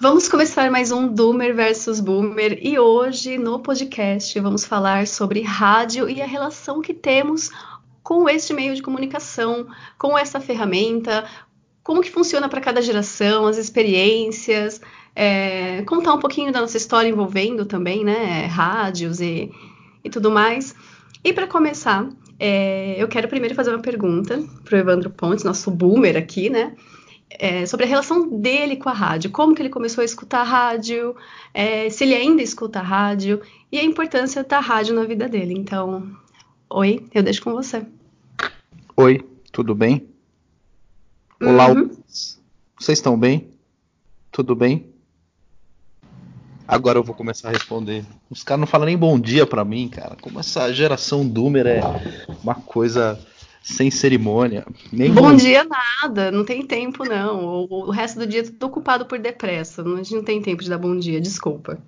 Vamos começar mais um Doomer versus Boomer e hoje no podcast vamos falar sobre rádio e a relação que temos com este meio de comunicação, com essa ferramenta, como que funciona para cada geração, as experiências, contar um pouquinho da nossa história envolvendo também, né, rádios e tudo mais. E para começar, eu quero primeiro fazer uma pergunta para o Evandro Pontes, nosso Boomer aqui, né? Sobre a relação dele com a rádio, como que ele começou a escutar a rádio, se ele ainda escuta a rádio e a importância da rádio na vida dele. Então, oi, eu deixo com você. Oi, tudo bem? Olá, vocês estão bem? Tudo bem? Agora eu vou começar a responder. Os caras não falam nem bom dia pra mim, cara. Como essa geração Doomer é uma coisa sem cerimônia. Nem Bom dia nada, não tem tempo não. O resto do dia eu tô ocupado por depressa. A gente não tem tempo de dar bom dia, desculpa.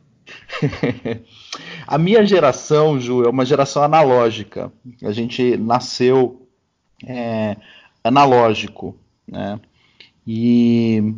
A minha geração, Ju, é uma geração analógica. A gente nasceu analógico, né? E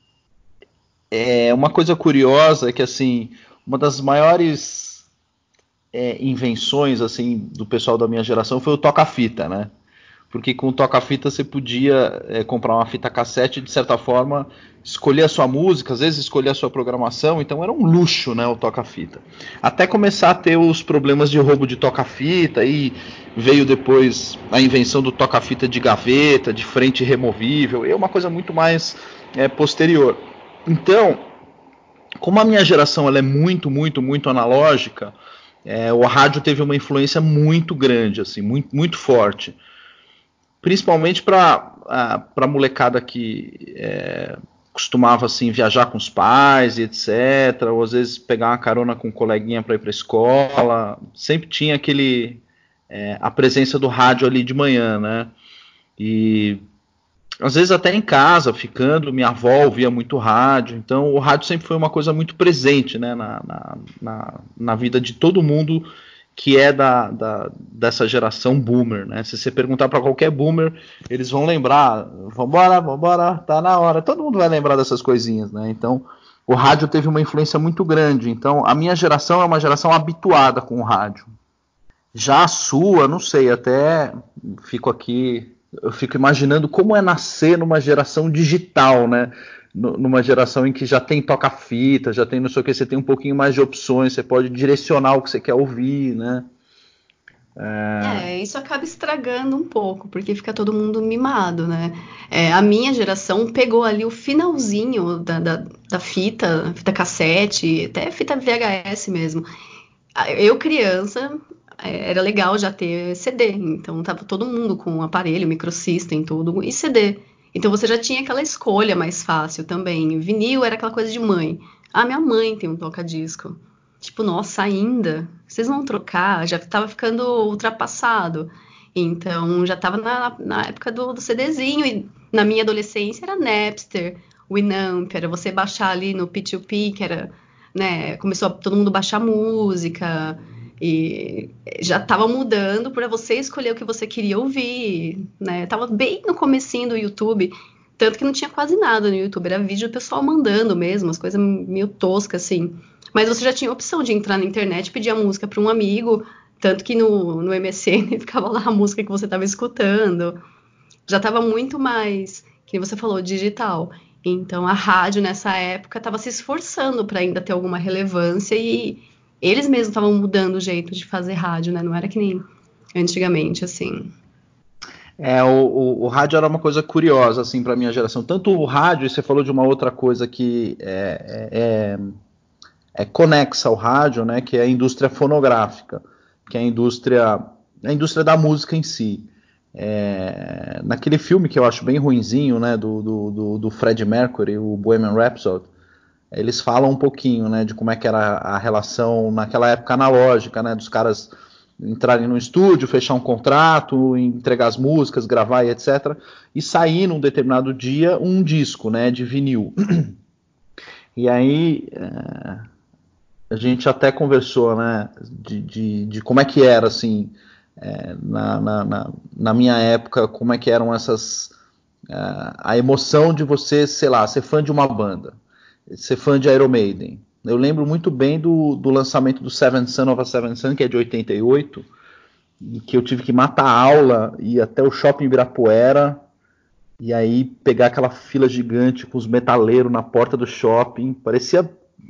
uma coisa curiosa é que, assim, uma das maiores invenções, assim, do pessoal da minha geração foi o toca-fita, né? Porque com o toca-fita você podia comprar uma fita cassete e, de certa forma, escolher a sua música, às vezes escolher a sua programação, então era um luxo, né, o toca-fita. Até começar a ter os problemas de roubo de toca-fita, e veio depois a invenção do toca-fita de gaveta, de frente removível, é uma coisa muito mais posterior. Então, como a minha geração ela é muito, muito, muito analógica, o rádio teve uma influência muito grande, assim, muito, muito forte. Principalmente para a molecada que costumava assim, viajar com os pais e etc. Ou às vezes pegar uma carona com um coleguinha para ir para a escola. Sempre tinha a presença do rádio ali de manhã, né? E às vezes até em casa, ficando, minha avó ouvia muito rádio. Então o rádio sempre foi uma coisa muito presente, né, na vida de todo mundo que é dessa geração boomer, né? Se você perguntar para qualquer boomer, eles vão lembrar, vambora, tá na hora. Todo mundo vai lembrar dessas coisinhas, né? Então, o rádio teve uma influência muito grande. Então, a minha geração é uma geração habituada com o rádio. Já a sua, não sei, até eu fico imaginando como é nascer numa geração digital, né? Numa geração em que já tem toca-fita, já tem não sei o que, você tem um pouquinho mais de opções, você pode direcionar o que você quer ouvir, né? Isso acaba estragando um pouco, porque fica todo mundo mimado, né? A minha geração pegou ali o finalzinho da fita cassete, até fita VHS mesmo. Eu, criança, era legal já ter CD, então tava todo mundo com aparelho, microsystem, tudo, e CD. Então você já tinha aquela escolha mais fácil também. Vinil era aquela coisa de mãe. Ah, minha mãe tem um toca-disco. Tipo, nossa, ainda? Vocês vão trocar? Já tava ficando ultrapassado. Então já tava na época do CDzinho, e na minha adolescência era Napster, Winamp, era você baixar ali no P2P, que era, né, começou todo mundo baixar música, e já estava mudando para você escolher o que você queria ouvir, né? Tava bem no comecinho do YouTube, tanto que não tinha quase nada no YouTube, era vídeo do pessoal mandando mesmo, as coisas meio toscas assim. Mas você já tinha a opção de entrar na internet, pedir a música para um amigo, tanto que no MSN ficava lá a música que você estava escutando. Já estava muito mais, que você falou, digital. Então a rádio nessa época estava se esforçando para ainda ter alguma relevância, e eles mesmos estavam mudando o jeito de fazer rádio, né? Não era que nem antigamente, assim. O rádio era uma coisa curiosa, assim, para minha geração. Tanto o rádio, e você falou de uma outra coisa que é conexa ao rádio, né? Que é a indústria fonográfica, que é a indústria da música em si. Naquele filme que eu acho bem ruinzinho, né? Do Fred Mercury, o Bohemian Rhapsody, eles falam um pouquinho, né, de como é que era a relação naquela época analógica, né, dos caras entrarem no estúdio, fechar um contrato, entregar as músicas, gravar e etc. E sair num determinado dia um disco, né, de vinil. E aí a gente até conversou, né, de como é que era, assim, na minha época, como é que eram a emoção de você, sei lá, ser fã de uma banda. ser fã de Iron Maiden. Eu lembro muito bem do lançamento do Seventh Son of a Seventh Son, que é de 88, em que eu tive que matar a aula, ir até o shopping Ibirapuera, e aí pegar aquela fila gigante com os metaleiros na porta do shopping. Parecia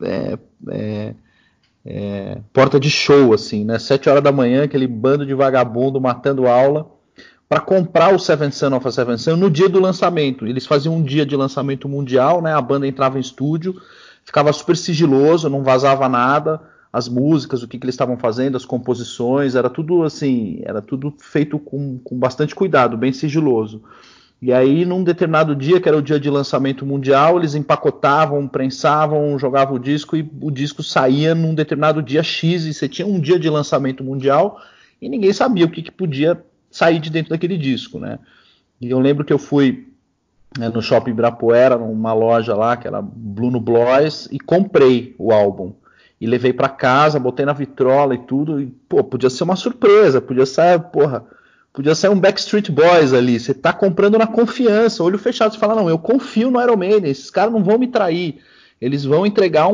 porta de show, assim, né? 7 horas da manhã, aquele bando de vagabundo matando aula, para comprar o Seventh Son of a Seventh Son no dia do lançamento. Eles faziam um dia de lançamento mundial, né? A banda entrava em estúdio, ficava super sigiloso, não vazava nada, as músicas, o que eles estavam fazendo, as composições, era tudo assim, era tudo feito com bastante cuidado, bem sigiloso. E aí, num determinado dia, que era o dia de lançamento mundial, eles empacotavam, prensavam, jogavam o disco e o disco saía num determinado dia X, e você tinha um dia de lançamento mundial e ninguém sabia o que podia sair de dentro daquele disco, né? E eu lembro que eu fui no Shopping Ibirapuera, numa loja lá, que era Bruno Blois, e comprei o álbum. E levei para casa, botei na vitrola e tudo, e, pô, podia ser uma surpresa, podia sair um Backstreet Boys ali. Você tá comprando na confiança, olho fechado, você fala, não, eu confio no Iron Maiden, esses caras não vão me trair, eles vão entregar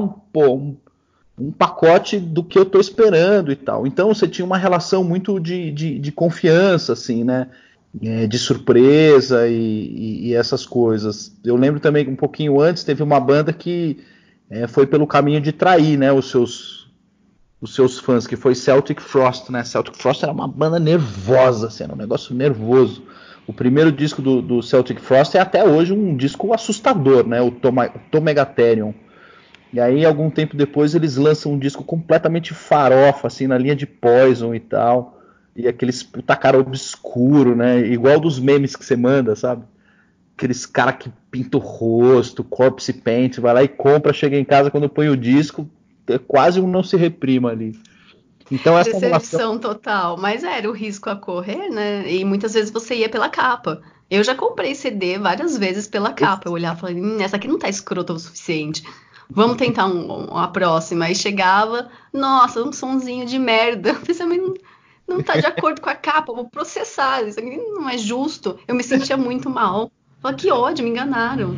um pacote do que eu tô esperando e tal. Então você tinha uma relação muito de confiança, assim, né? De surpresa e essas coisas. Eu lembro também que um pouquinho antes teve uma banda que foi pelo caminho de trair, né, os seus fãs, que foi Celtic Frost, né? Celtic Frost era uma banda nervosa, assim, era um negócio nervoso. O primeiro disco do Celtic Frost é até hoje um disco assustador, né? O Tom Megatherion. E aí, algum tempo depois, eles lançam um disco completamente farofa, assim, na linha de Poison e tal. E aqueles puta cara obscuro, né? Igual dos memes que você manda, sabe? Aqueles cara que pinta o rosto, corpse paint, vai lá e compra, chega em casa, quando põe o disco, é quase um não se reprima ali. Então essa relação... Decepção total, mas era o risco a correr, né? E muitas vezes você ia pela capa. Eu já comprei CD várias vezes pela capa. Eu olhava e falei, essa aqui não tá escrota o suficiente. Vamos tentar uma próxima. Aí chegava, nossa, um sonzinho de merda. Isso não tá de acordo com a capa, eu vou processar. Isso aqui não é justo. Eu me sentia muito mal. Falei, que ódio, me enganaram.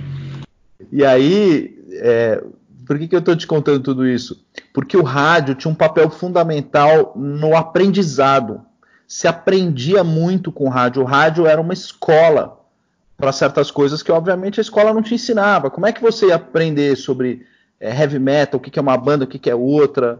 E aí, por que eu estou te contando tudo isso? Porque o rádio tinha um papel fundamental no aprendizado. Se aprendia muito com o rádio. O rádio era uma escola para certas coisas que, obviamente, a escola não te ensinava. Como é que você ia aprender sobre heavy metal, o que é uma banda, o que é outra?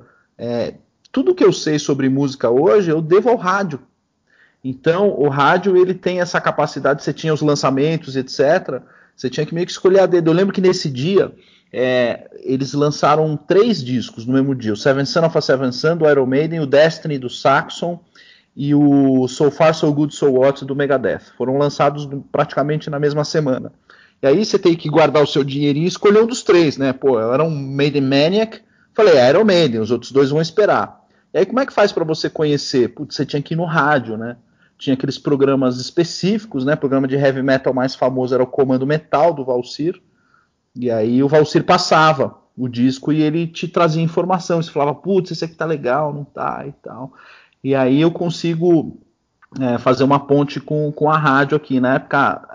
Tudo que eu sei sobre música hoje, eu devo ao rádio. Então, o rádio ele tem essa capacidade, você tinha os lançamentos, etc. Você tinha que meio que escolher a dedo. Eu lembro que nesse dia, eles lançaram 3 discos no mesmo dia. O Seventh Son of a Seventh Son, do Iron Maiden, o Destiny, do Saxon, e o So Far, So Good, So What, do Megadeth. Foram lançados praticamente na mesma semana. E aí você tem que guardar o seu dinheirinho e escolher um dos 3, né? Pô, eu era um Maiden Maniac, falei, Iron Maiden, os outros 2 vão esperar. E aí como é que faz para você conhecer? Putz, você tinha que ir no rádio, né? Tinha aqueles programas específicos, né? O programa de heavy metal mais famoso era o Comando Metal, do Valsir. E aí o Valsir passava o disco e ele te trazia informação. Você falava, putz, esse aqui tá legal, não tá e tal. E aí eu consigo fazer uma ponte com a rádio aqui. Na época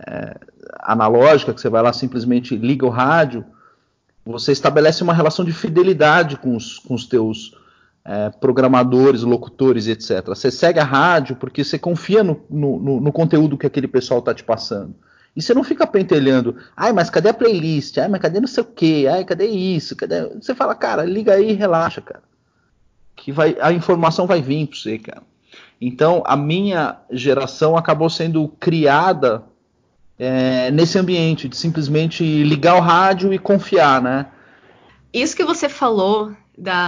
analógica, que você vai lá simplesmente liga o rádio, você estabelece uma relação de fidelidade com os teus programadores, locutores, etc. Você segue a rádio porque você confia no conteúdo que aquele pessoal está te passando. E você não fica pentelhando, ai, mas cadê a playlist? Ai, mas cadê não sei o quê? Ai, cadê isso? Cadê... Você fala, cara, liga aí e relaxa, cara. Que a informação vai vir para você, cara. Então, a minha geração acabou sendo criada nesse ambiente de simplesmente ligar o rádio e confiar, né? Isso que você falou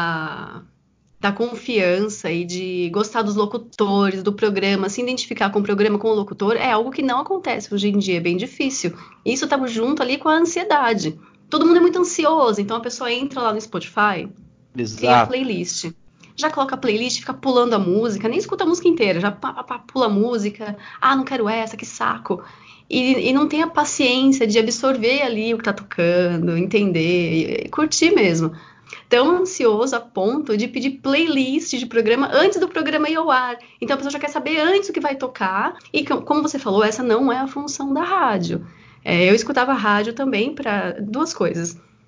da confiança e de gostar dos locutores, do programa, se identificar com o programa, com o locutor, é algo que não acontece hoje em dia, é bem difícil. Isso está junto ali com a ansiedade. Todo mundo é muito ansioso, então a pessoa entra lá no Spotify, cria a Exato. playlist. Já coloca a playlist, fica pulando a música, nem escuta a música inteira, já pula a música. Ah, não quero essa, que saco. E não tem a paciência de absorver ali o que tá tocando, entender, e curtir mesmo. Tão ansioso a ponto de pedir playlist de programa antes do programa ir ao ar. Então a pessoa já quer saber antes o que vai tocar. E como você falou, essa não é a função da rádio. Eu escutava rádio também para 2 coisas.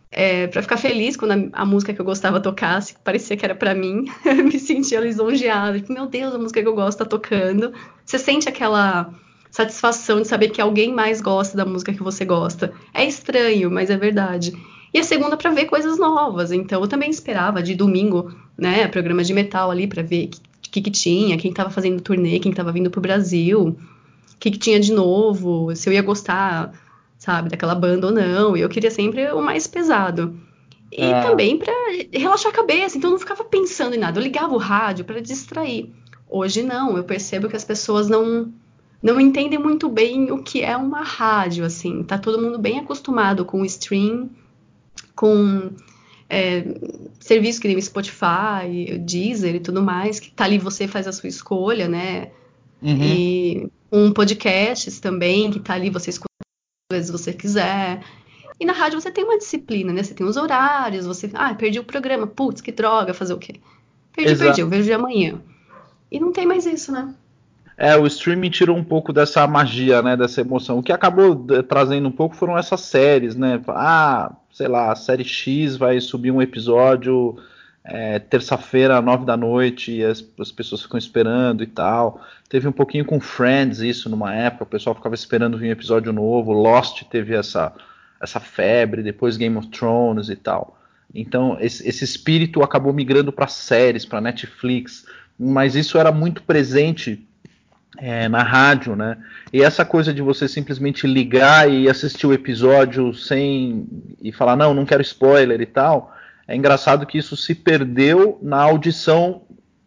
Pra ficar feliz quando a música que eu gostava tocasse, parecia que era pra mim, eu me sentia lisonjeada. Tipo, meu Deus, a música que eu gosto tá tocando. Você sente aquela satisfação de saber que alguém mais gosta da música que você gosta. É estranho, mas é verdade. E a segunda pra ver coisas novas. Então eu também esperava de domingo, né, programa de metal ali pra ver o que tinha, quem tava fazendo turnê, quem tava vindo pro Brasil, o que tinha de novo, se eu ia gostar, sabe, daquela banda ou não. E eu queria sempre o mais pesado. E É, também pra relaxar a cabeça, então eu não ficava pensando em nada. Eu ligava o rádio pra distrair. Hoje não, eu percebo que as pessoas não entendem muito bem o que é uma rádio, assim. Tá todo mundo bem acostumado com o stream, com é, serviços que nem o Spotify, o Deezer e tudo mais, que tá ali, você faz a sua escolha, né? uhum, E um podcasts também, que tá ali, você escuta às vezes você quiser. E na rádio você tem uma disciplina, né? Você tem os horários, você. Ah, perdi o programa, putz, que droga, fazer o quê? Perdi, exato. eu vejo de amanhã. E não tem mais isso, né? O streaming tirou um pouco dessa magia, né, dessa emoção. O que acabou trazendo um pouco foram essas séries, né? Ah, sei lá, a série X vai subir um episódio terça-feira, 9 da noite, e as pessoas ficam esperando e tal. Teve um pouquinho com Friends isso numa época, o pessoal ficava esperando vir um episódio novo. Lost teve essa febre, depois Game of Thrones e tal. Então, esse espírito acabou migrando para séries, para Netflix, mas isso era muito presente na rádio, né? E essa coisa de você simplesmente ligar e assistir o episódio sem e falar não quero spoiler e tal, é engraçado que isso se perdeu na audição,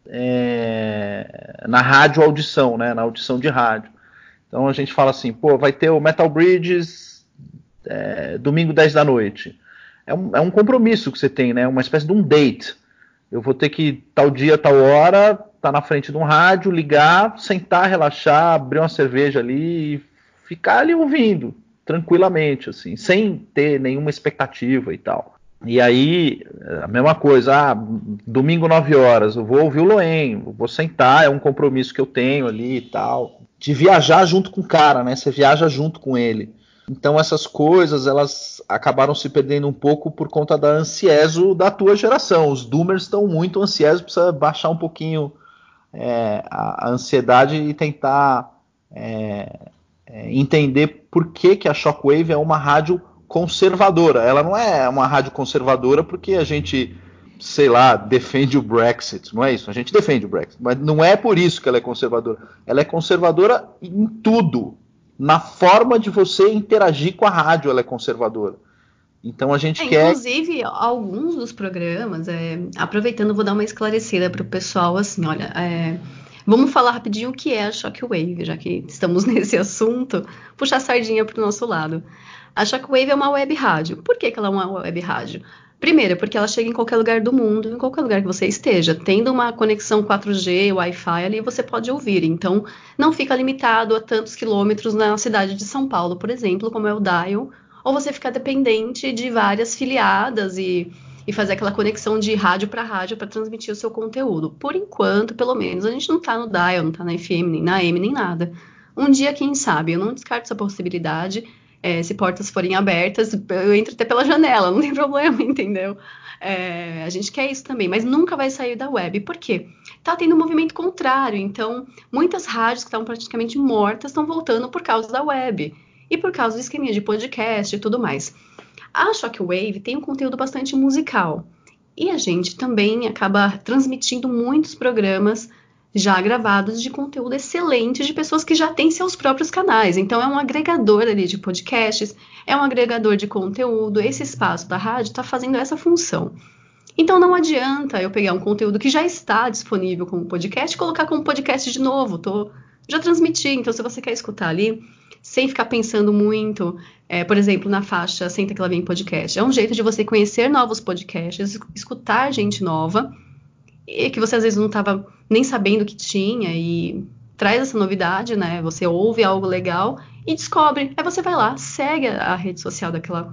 na rádio audição, né? Na audição de rádio. Então a gente fala assim, pô, vai ter o Metal Bridges domingo 10 da noite. É um compromisso que você tem, né? Uma espécie de um date. Eu vou ter que, tal dia, tal hora, tá na frente de um rádio, ligar, sentar, relaxar, abrir uma cerveja ali e ficar ali ouvindo, tranquilamente, assim, sem ter nenhuma expectativa e tal. E aí, a mesma coisa, domingo 9 horas, eu vou ouvir o Loen, vou sentar, é um compromisso que eu tenho ali e tal. De viajar junto com o cara, né? Você viaja junto com ele. Então essas coisas elas acabaram se perdendo um pouco por conta da ansieso da tua geração. Os doomers estão muito ansiesos, precisa baixar um pouquinho a ansiedade e tentar entender por que a Shockwave é uma rádio conservadora. Ela não é uma rádio conservadora porque a gente, sei lá, defende o Brexit. Não é isso. A gente defende o Brexit, mas não é por isso que ela é conservadora. Ela é conservadora em tudo. Na forma de você interagir com a rádio, ela é conservadora. Então a gente quer. Inclusive, alguns dos programas, aproveitando, vou dar uma esclarecida para o pessoal, assim, olha, vamos falar rapidinho o que é a Shockwave, já que estamos nesse assunto, puxar a sardinha para o nosso lado. A Shockwave é uma web rádio. Por que ela é uma web rádio? Primeiro, porque ela chega em qualquer lugar do mundo, em qualquer lugar que você esteja. Tendo uma conexão 4G, Wi-Fi ali, você pode ouvir. Então, não fica limitado a tantos quilômetros na cidade de São Paulo, por exemplo, como é o Dial, ou você ficar dependente de várias filiadas e fazer aquela conexão de rádio para transmitir o seu conteúdo. Por enquanto, pelo menos, a gente não está no Dial, não está na FM, nem na AM, nem nada. Um dia, quem sabe, eu não descarto essa possibilidade. Se portas forem abertas, eu entro até pela janela, não tem problema, entendeu? A gente quer isso também, mas nunca vai sair da web. Por quê? Tá tendo um movimento contrário, então muitas rádios que estavam praticamente mortas estão voltando por causa da web e por causa do esqueminha de podcast e tudo mais. A Shockwave tem um conteúdo bastante musical e a gente também acaba transmitindo muitos programas já gravados de conteúdo excelente de pessoas que já têm seus próprios canais. Então é um agregador ali de podcasts, é um agregador de conteúdo. Esse espaço da rádio está fazendo essa função. Então não adianta eu pegar um conteúdo que já está disponível como podcast e colocar como podcast de novo. Já transmiti, então se você quer escutar ali, sem ficar pensando muito, por exemplo, na faixa Senta Que Lá Vem Podcast. É um jeito de você conhecer novos podcasts, escutar gente nova, e que você às vezes não estava nem sabendo que tinha, e traz essa novidade, né? Você ouve algo legal e descobre. Aí você vai lá, segue a rede social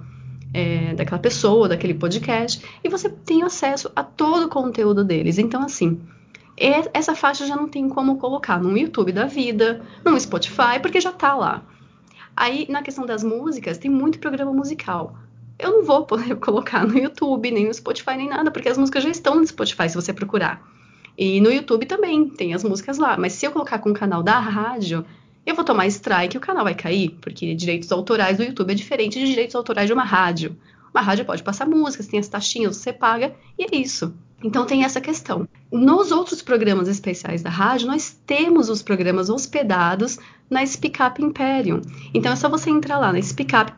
daquela pessoa, daquele podcast, e você tem acesso a todo o conteúdo deles. Então, assim, essa faixa já não tem como colocar no YouTube da vida, no Spotify, porque já tá lá. Aí, na questão das músicas, tem muito programa musical. eu não vou poder colocar no YouTube, nem no Spotify, nem nada, porque as músicas já estão no Spotify, se você procurar. E no YouTube também tem as músicas lá. Mas se eu colocar com o canal da rádio, eu vou tomar strike e o canal vai cair, porque direitos autorais do YouTube é diferente de direitos autorais de uma rádio. Uma rádio pode passar músicas, tem as taxinhas, você paga, e é isso. Então tem essa questão. Nos outros programas especiais da rádio, nós temos os programas hospedados na Speak Up Imperium. Então é só você entrar lá na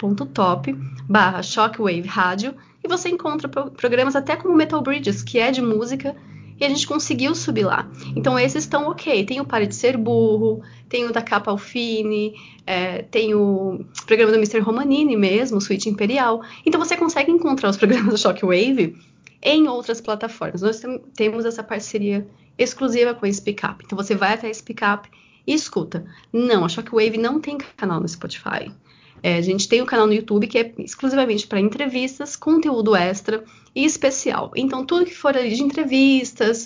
speakup.top/Shockwave Rádio e você encontra programas até como Metal Bridges, que é de música, e a gente conseguiu subir lá. Então esses estão ok. Tem o Pare de Ser Burro, tem o da Capa Alfine, tem o programa do Mr. Romanini mesmo, o Suíte Imperial. Então você consegue encontrar os programas da Shockwave em outras plataformas. Nós temos essa parceria exclusiva com a Speak Up. Então você vai até a Speak Up e escuta. Não, a Shockwave não tem canal no Spotify. A gente tem um canal no YouTube que é exclusivamente para entrevistas, conteúdo extra e especial. Então, tudo que for ali de entrevistas,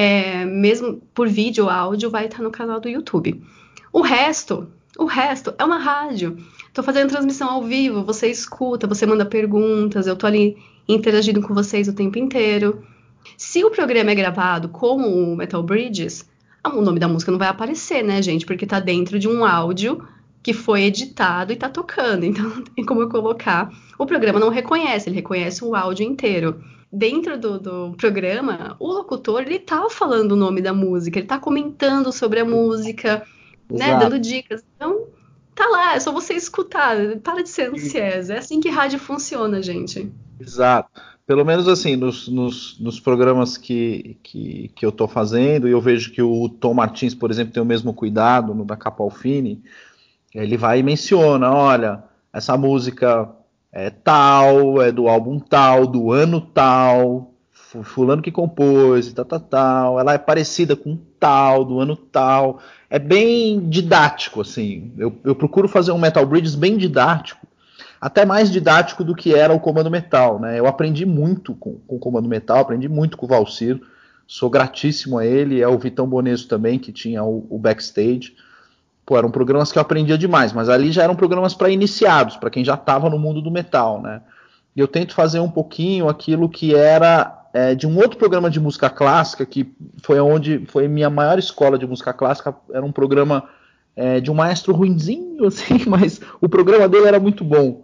mesmo por vídeo ou áudio, vai estar no canal do YouTube. O resto é uma rádio. Estou fazendo transmissão ao vivo, você escuta, você manda perguntas, eu estou ali interagindo com vocês o tempo inteiro. Se o programa é gravado como o Metal Bridges, o nome da música não vai aparecer, né, gente? Porque está dentro de um áudio que foi editado e tá tocando, então não tem como eu colocar. O programa não reconhece, ele reconhece o áudio inteiro. Dentro do programa, o locutor, ele tá falando o nome da música, ele tá comentando sobre a música, né, dando dicas. Então, tá lá, é só você escutar, para de ser ansiosa. É assim que rádio funciona, gente. Exato. Pelo menos assim, nos programas que eu tô fazendo, e eu vejo que o Tom Martins, por exemplo, tem o mesmo cuidado no da Capa Alfine. Ele vai e menciona, olha, essa música é tal, é do álbum tal, do ano tal, fulano que compôs, e tal, ela é parecida com tal, do ano tal. É bem didático, assim. Eu procuro fazer um Metal Bridges bem didático, até mais didático do que era o Comando Metal, né? Eu aprendi muito com o Comando Metal, aprendi muito com o Valcir, sou gratíssimo a ele, é o Vitão Boneso também, que tinha o Backstage. Pô, eram programas que eu aprendia demais, mas ali já eram programas para iniciados, para quem já estava no mundo do metal, né? E eu tento fazer um pouquinho aquilo que era de um outro programa de música clássica, que foi onde foi minha maior escola de música clássica. Era um programa de um maestro ruinzinho, assim, mas o programa dele era muito bom.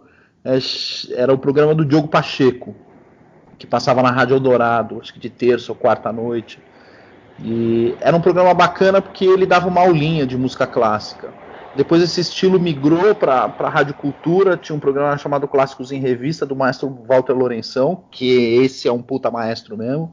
Era o programa do Diogo Pacheco, que passava na Rádio Eldorado, acho que de terça ou quarta noite. E era um programa bacana porque ele dava uma aulinha de música clássica. Depois esse estilo migrou para a Rádio Cultura, tinha um programa chamado Clássicos em Revista, do maestro Walter Lourenção, que esse é um puta maestro mesmo.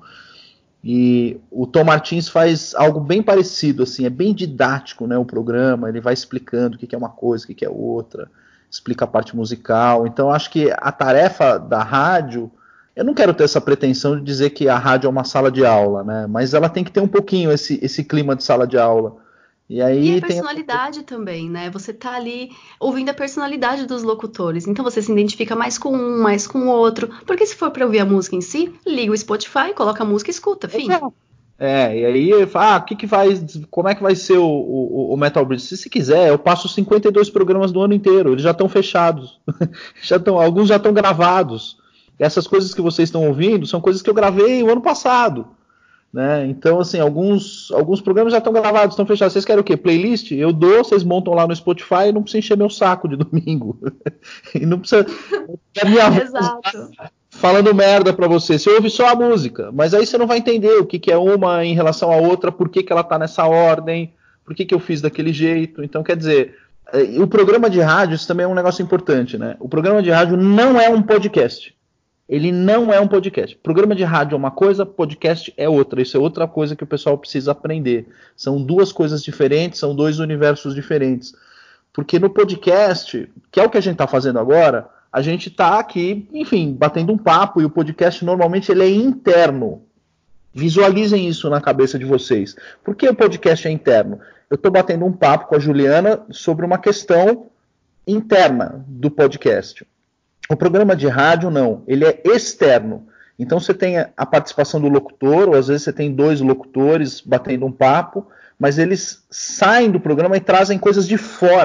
E o Tom Martins faz algo bem parecido, assim, é bem didático, né, o programa, ele vai explicando o que é uma coisa, o que é outra, explica a parte musical. Então acho que a tarefa da rádio, eu não quero ter essa pretensão de dizer que a rádio é uma sala de aula, né, mas ela tem que ter um pouquinho esse clima de sala de aula. E E a aí tem... personalidade também, né? Você tá ali ouvindo a personalidade dos locutores. Então você se identifica mais com um, mais com o outro. Porque se for para ouvir a música em si, liga o Spotify, coloca a música e escuta, fim. E aí eu falo, como é que vai ser o Metal Bridge? Se quiser, eu passo 52 programas do ano inteiro, eles já estão fechados, alguns já estão gravados. Essas coisas que vocês estão ouvindo são coisas que eu gravei o ano passado, né? Então, assim, alguns programas já estão gravados, estão fechados. Vocês querem o quê? Playlist? Eu dou, vocês montam lá no Spotify e não precisa encher meu saco de domingo. E não precisa... É minha voz Exato. falando merda pra você. Você ouve só a música, mas aí você não vai entender o que é uma em relação à outra, por que ela tá nessa ordem, por que eu fiz daquele jeito. Então, quer dizer, o programa de rádio, isso também é um negócio importante, né? O programa de rádio não é um podcast. Ele não é um podcast. Programa de rádio é uma coisa, podcast é outra. Isso é outra coisa que o pessoal precisa aprender. São duas coisas diferentes, são dois universos diferentes. Porque no podcast, que é o que a gente está fazendo agora, a gente está aqui, enfim, batendo um papo, e o podcast normalmente ele é interno. Visualizem isso na cabeça de vocês. Por que o podcast é interno? Eu estou batendo um papo com a Juliana sobre uma questão interna do podcast. O programa de rádio, não. Ele é externo. Então você tem a participação do locutor, ou às vezes você tem dois locutores batendo um papo, mas eles saem do programa e trazem coisas de fora.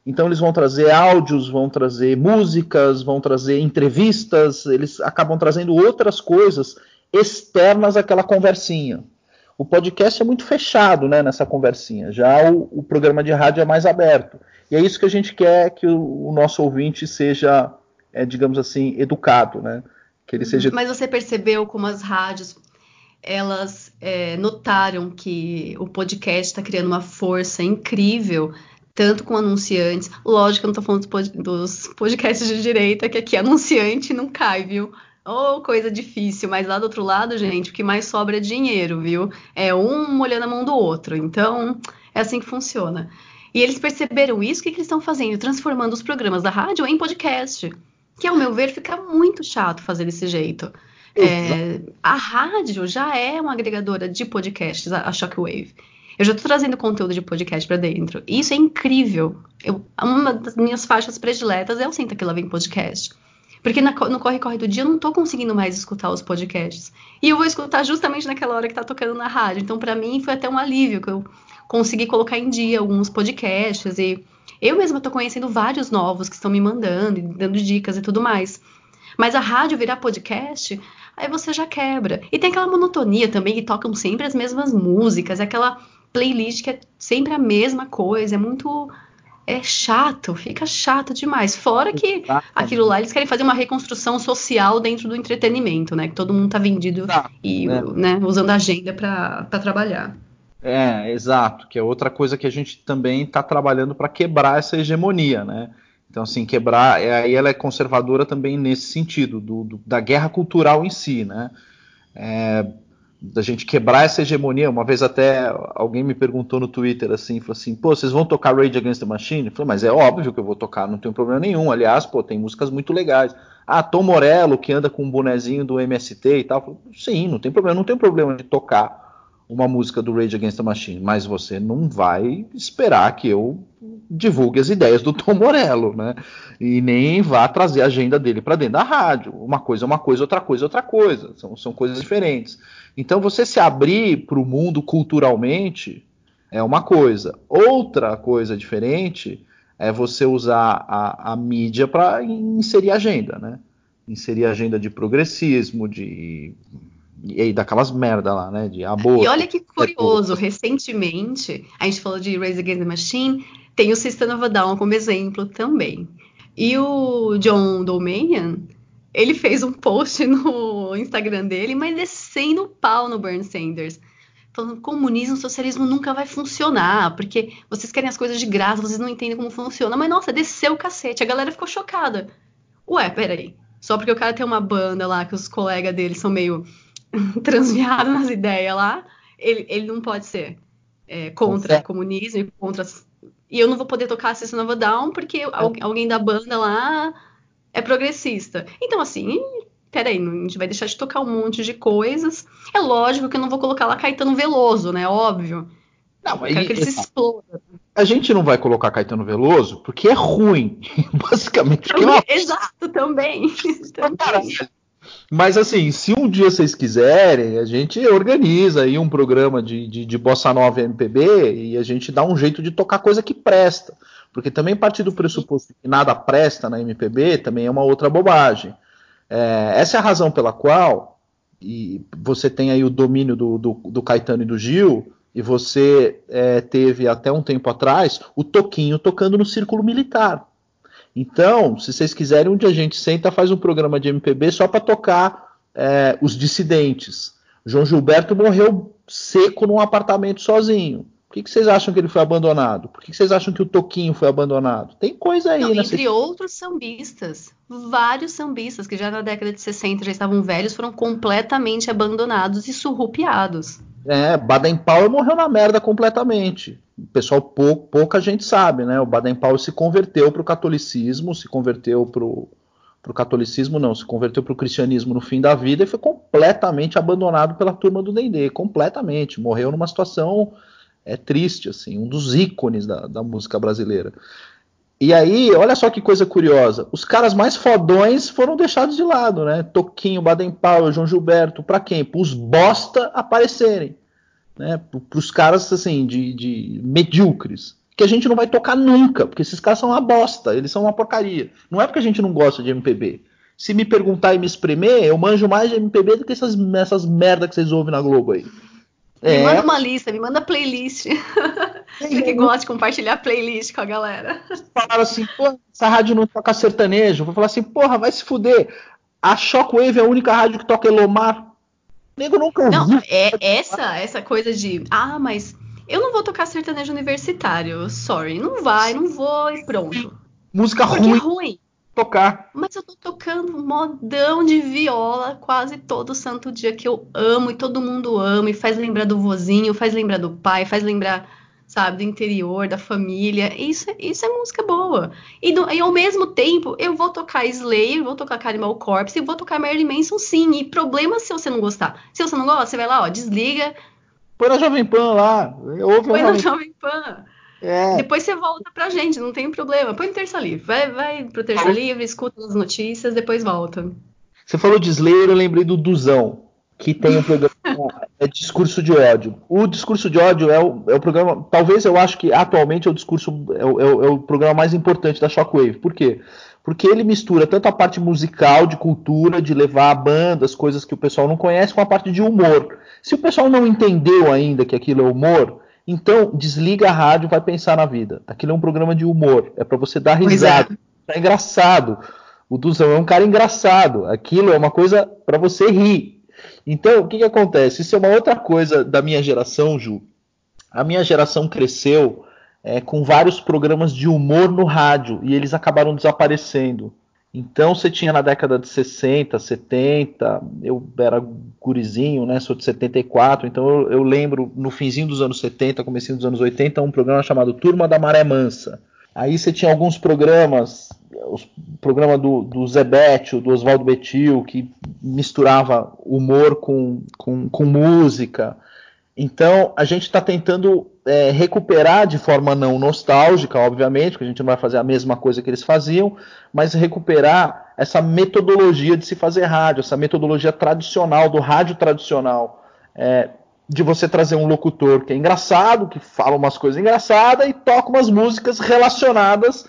Então eles vão trazer áudios, vão trazer músicas, vão trazer entrevistas, eles acabam trazendo outras coisas externas àquela conversinha. O podcast é muito fechado, né, nessa conversinha, já o programa de rádio é mais aberto. E é isso que a gente quer que o nosso ouvinte seja, digamos assim, educado, né? Que ele seja... Mas você percebeu como as rádios, elas notaram que o podcast está criando uma força incrível, tanto com anunciantes. Lógico que eu não estou falando dos podcasts de direita, que aqui anunciante não cai, viu? Oh, coisa difícil, mas lá do outro lado, gente, o que mais sobra é dinheiro, viu? É um molhando a mão do outro. Então, é assim que funciona. E eles perceberam isso, o que eles estão fazendo? Transformando os programas da rádio em podcast. Que, ao meu ver, fica muito chato fazer desse jeito. A rádio já é uma agregadora de podcasts, a Shockwave. Eu já estou trazendo conteúdo de podcast para dentro. E isso é incrível. Uma das minhas faixas prediletas é o Senta Que Lá Vem Podcast. Porque no corre-corre do dia eu não tô conseguindo mais escutar os podcasts. E eu vou escutar justamente naquela hora que tá tocando na rádio. Então, para mim, foi até um alívio que eu consegui colocar em dia alguns podcasts. E eu mesma tô conhecendo vários novos que estão me mandando, dando dicas e tudo mais. Mas a rádio virar podcast, aí você já quebra. E tem aquela monotonia também, que tocam sempre as mesmas músicas, aquela playlist que é sempre a mesma coisa, é muito chato, fica chato demais. Fora que aquilo lá, eles querem fazer uma reconstrução social dentro do entretenimento, né? Que todo mundo tá vendido e né, usando a agenda para trabalhar. Exato, que é outra coisa que a gente também está trabalhando para quebrar essa hegemonia, né? Então, assim, quebrar, aí ela é conservadora também nesse sentido, da guerra cultural em si, né? Da gente quebrar essa hegemonia. Uma vez até alguém me perguntou no Twitter assim, falou assim, pô, vocês vão tocar Rage Against the Machine? Eu falei, mas é óbvio que eu vou tocar, não tem problema nenhum. Aliás, pô, tem músicas muito legais. Ah, Tom Morello, que anda com um bonezinho do MST e tal. Eu falei, sim, não tem problema de tocar uma música do Rage Against the Machine, mas você não vai esperar que eu divulgue as ideias do Tom Morello, né? E nem vá trazer a agenda dele para dentro da rádio. Uma coisa é uma coisa, outra coisa é outra coisa. São coisas diferentes. Então, você se abrir para o mundo culturalmente é uma coisa. Outra coisa diferente é você usar a mídia para inserir agenda, né? Inserir agenda de progressismo, e aí daquelas merda lá, né? De E aborto. olha que curioso, recentemente, a gente falou de Rage Against the Machine, tem o System of a Down como exemplo também. E o John Dolmayan, ele fez um post no Instagram dele, mas descendo o pau no Bernie Sanders. Falando, comunismo, socialismo nunca vai funcionar, porque vocês querem as coisas de graça, vocês não entendem como funciona. Mas, nossa, desceu o cacete, a galera ficou chocada. Ué, peraí, só porque o cara tem uma banda lá, que os colegas dele são meio transviados nas ideias lá, ele não pode ser contra comunismo e contra... E eu não vou poder tocar System of a Down porque alguém da banda lá é progressista. Então, assim, peraí, a gente vai deixar de tocar um monte de coisas. É lógico que eu não vou colocar lá Caetano Veloso, né? Óbvio. Não, Eu quero que ele se exploda. a gente não vai colocar Caetano Veloso porque é ruim, basicamente. Também, exato, também. Também. Mas assim, se um dia vocês quiserem, a gente organiza aí um programa de bossa nova e MPB e a gente dá um jeito de tocar coisa que presta. Porque também partir do pressuposto que nada presta na MPB também é uma outra bobagem. Essa é a razão pela qual você tem aí o domínio do Caetano e do Gil, e você teve até um tempo atrás o Toquinho tocando no Círculo Militar. Então, se vocês quiserem, um dia a gente senta, faz um programa de MPB só para tocar os dissidentes. João Gilberto morreu seco num apartamento sozinho. Por que vocês acham que ele foi abandonado? Por que vocês acham que o Toquinho foi abandonado? Tem coisa aí, Não, né? entre outros sambistas, vários sambistas que já na década de 60 já estavam velhos foram completamente abandonados e surrupiados. Baden Powell morreu na merda completamente. O pessoal, pouca gente sabe, né? O Baden Powell se converteu para o catolicismo, se converteu para o catolicismo, não, se converteu para o cristianismo no fim da vida e foi completamente abandonado pela turma do Dendê, completamente. Morreu numa situação triste, assim, um dos ícones da música brasileira. E aí, olha só que coisa curiosa, os caras mais fodões foram deixados de lado, né? Toquinho, Baden Powell, João Gilberto, para quem? Para os bosta aparecerem, né? Para os caras assim de medíocres, que a gente não vai tocar nunca, porque esses caras são uma bosta, eles são uma porcaria. Não é porque a gente não gosta de MPB. Se me perguntar e me espremer, eu manjo mais de MPB do que essas merda que vocês ouvem na Globo aí. Me manda uma lista, me manda playlist. Você que gosta de compartilhar playlist com a galera. Falaram assim, pô, essa rádio não toca sertanejo. Vou falar assim, porra, vai se fuder. A Shockwave é a única rádio que toca Elomar. Nego nunca ouviu. Não, essa coisa de, mas eu não vou tocar sertanejo universitário, sorry, não vou e pronto. Música Porque ruim. é ruim. Tocar. Mas eu tô tocando um modão de viola quase todo santo dia que eu amo e todo mundo ama e faz lembrar do vozinho, faz lembrar do pai, faz lembrar, sabe, do interior, da família. Isso é música boa. E ao mesmo tempo eu vou tocar Slayer, vou tocar Cannibal Corpse e vou tocar Marilyn Manson sim. E problema se você não gostar. Se você não gosta, você vai lá, ó, desliga. Põe na Jovem Pan lá. Põe na Jovem Pan. É. Depois você volta pra gente, não tem problema. Põe no Terça Livre. Vai pro Terça Livre, escuta as notícias, depois volta. Você falou de Slayer, eu lembrei do Duzão, que tem um programa Discurso de Ódio. O Discurso de Ódio é o programa, talvez eu acho que atualmente é o programa mais importante da Shockwave. Por quê? Porque ele mistura tanto a parte musical, de cultura, de levar a banda, as coisas que o pessoal não conhece, com a parte de humor. Se o pessoal não entendeu ainda que aquilo é humor, então desliga a rádio e vai pensar na vida. Aquilo é um programa de humor, é para você dar risada. É engraçado. O Duzão é um cara engraçado. Aquilo é uma coisa para você rir. Então, o que acontece? Isso é uma outra coisa da minha geração, Ju. A minha geração cresceu com vários programas de humor no rádio e eles acabaram desaparecendo. Então, você tinha na década de 60, 70, eu era gurizinho, né? Sou de 74, então eu lembro no finzinho dos anos 70, comecinho dos anos 80, um programa chamado Turma da Maré Mansa. Aí você tinha alguns programas, o programa do Zé Bétio, do Oswaldo Betil, que misturava humor com música. Então, a gente está tentando recuperar de forma não nostálgica, obviamente, porque a gente não vai fazer a mesma coisa que eles faziam, mas recuperar essa metodologia de se fazer rádio, essa metodologia tradicional, do rádio tradicional, de você trazer um locutor que é engraçado, que fala umas coisas engraçadas e toca umas músicas relacionadas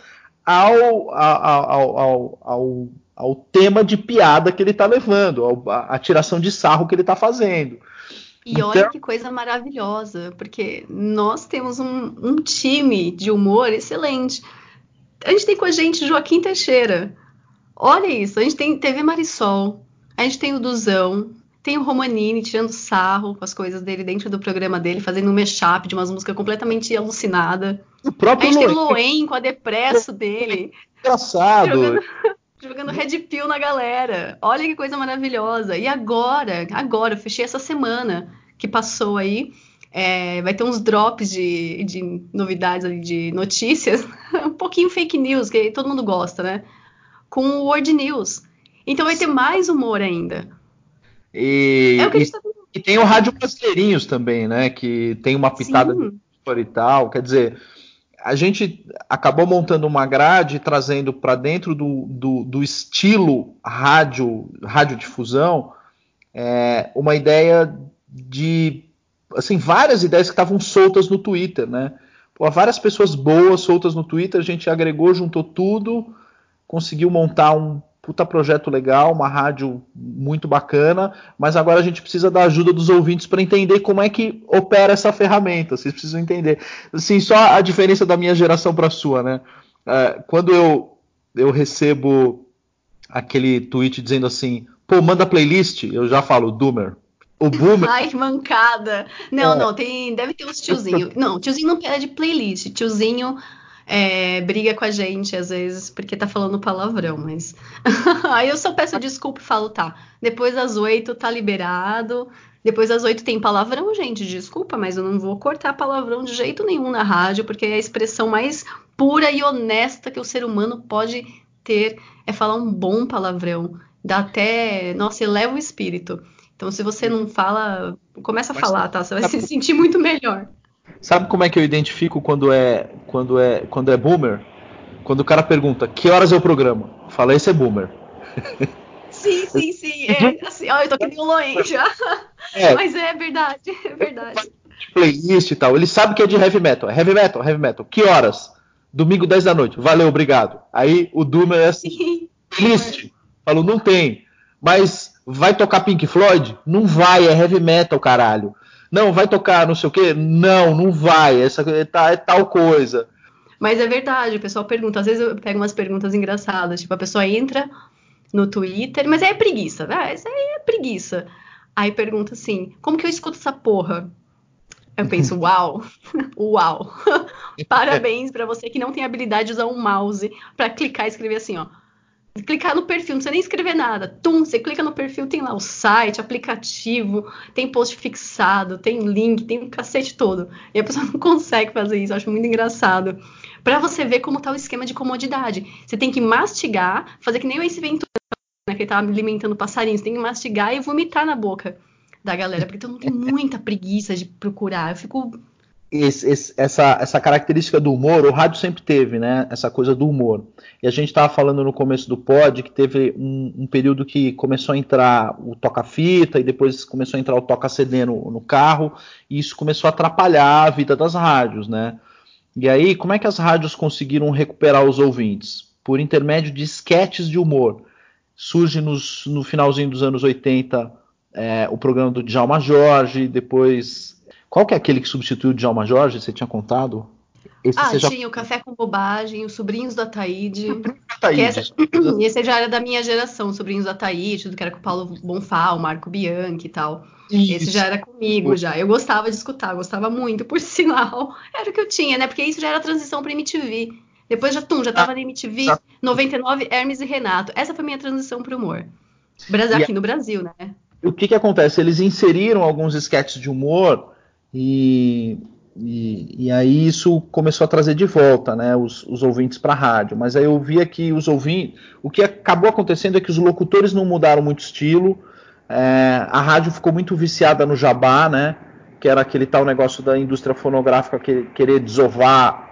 ao tema de piada que ele está levando, a tiração de sarro que ele está fazendo. E olha que coisa maravilhosa, porque nós temos um time de humor excelente. A gente tem com a gente Joaquim Teixeira. Olha isso, a gente tem TV Marisol, a gente tem o Duzão, tem o Romanini tirando sarro com as coisas dele dentro do programa dele, fazendo um mashup de umas músicas completamente alucinadas. O próprio A gente tem o Loen com a Depresso dele. Engraçado. Jogando Red Pill na galera. Olha que coisa maravilhosa. E agora, eu fechei essa semana que passou aí. Vai ter uns drops de novidades ali, de notícias. Um pouquinho fake news, que todo mundo gosta, né? Com o World News. Então vai ter mais humor ainda. É o que a gente tá vendo. E tem o Rádio Brasileirinhos também, né? Que tem uma pitada de humor e tal. Quer dizer, a gente acabou montando uma grade, trazendo para dentro do estilo radiodifusão, uma ideia de, assim, várias ideias que estavam soltas no Twitter, né? Pô, várias pessoas boas soltas no Twitter, a gente agregou, juntou tudo, conseguiu montar um puta projeto legal, uma rádio muito bacana, mas agora a gente precisa da ajuda dos ouvintes para entender como é que opera essa ferramenta. Vocês precisam entender. Assim, só a diferença da minha geração para a sua, né? Quando eu recebo aquele tweet dizendo assim, pô, manda playlist, eu já falo, Doomer. O Boomer. Ai, mancada. Não, deve ter uns tiozinho. Não, tiozinho não pede playlist. Tiozinho briga com a gente às vezes porque tá falando palavrão, mas aí eu só peço desculpa e falo, tá, depois das 8 tá liberado, depois das 8 tem palavrão, gente, desculpa, mas eu não vou cortar palavrão de jeito nenhum na rádio, porque é a expressão mais pura e honesta que o ser humano pode ter, é falar um bom palavrão, dá até, nossa, eleva o espírito. Então se você não fala, começa a falar, tá, você vai se sentir muito melhor. Sabe como é que eu identifico quando é boomer? Quando o cara pergunta, que horas é o programa? Fala, esse é boomer. Sim. Assim, eu tô que nem o Loen já. Mas é verdade. de playlist e tal. Ele sabe que é de heavy metal. É heavy metal, heavy metal. Que horas? Domingo 10 da noite. Valeu, obrigado. Aí o Duma é assim, playlist. Falou, não tem. Mas vai tocar Pink Floyd? Não vai, é heavy metal, caralho. Não, vai tocar não sei o quê? Não, não vai. É tal coisa. Mas é verdade, o pessoal pergunta. Às vezes eu pego umas perguntas engraçadas. Tipo, a pessoa entra no Twitter, mas aí é preguiça, né? Isso aí é preguiça. Aí pergunta assim: como que eu escuto essa porra? Eu penso, uau, uau. Parabéns pra você que não tem habilidade de usar um mouse pra clicar e escrever assim, ó. Clicar no perfil, não precisa nem escrever nada. Tum, você clica no perfil, tem lá o site, aplicativo, tem post fixado, tem link, tem o cacete todo. E a pessoa não consegue fazer isso, eu acho muito engraçado. Pra você ver como tá o esquema de comodidade. Você tem que mastigar, fazer que nem o Ace Ventura, né, que ele tava alimentando passarinhos. Tem que mastigar e vomitar na boca da galera, porque todo mundo tem muita preguiça de procurar. Eu fico... Essa característica do humor, o rádio sempre teve, né? Essa coisa do humor. E a gente estava falando no começo do pod que teve um período que começou a entrar o toca-fita e depois começou a entrar o toca-CD no carro, e isso começou a atrapalhar a vida das rádios, né? E aí, como é que as rádios conseguiram recuperar os ouvintes? Por intermédio de esquetes de humor. Surge no finalzinho dos anos 80 o programa do Djalma Jorge, depois... Qual que é aquele que substituiu o Djalma Jorge? Você tinha contado? Esse Ah, você já... tinha o Café com Bobagem, os Sobrinhos do Ataíde. Que Ataíde. esse já era da minha geração, Sobrinhos do Ataíde, tudo que era com o Paulo Bonfá, o Marco Bianchi e tal. Esse já Isso. era comigo, já. Eu gostava de escutar, gostava muito, por sinal. Era o que eu tinha, né? Porque isso já era a transição pra MTV. Depois já tava na MTV, 99, Hermes e Renato. Essa foi a minha transição pro humor. E Aqui no Brasil, né? o que acontece? Eles inseriram alguns esquetes de humor e aí isso começou a trazer de volta, né, os ouvintes para a rádio. Mas aí eu via que os ouvintes... O que acabou acontecendo é que os locutores não mudaram muito estilo, a rádio ficou muito viciada no jabá, né, que era aquele tal negócio da indústria fonográfica querer desovar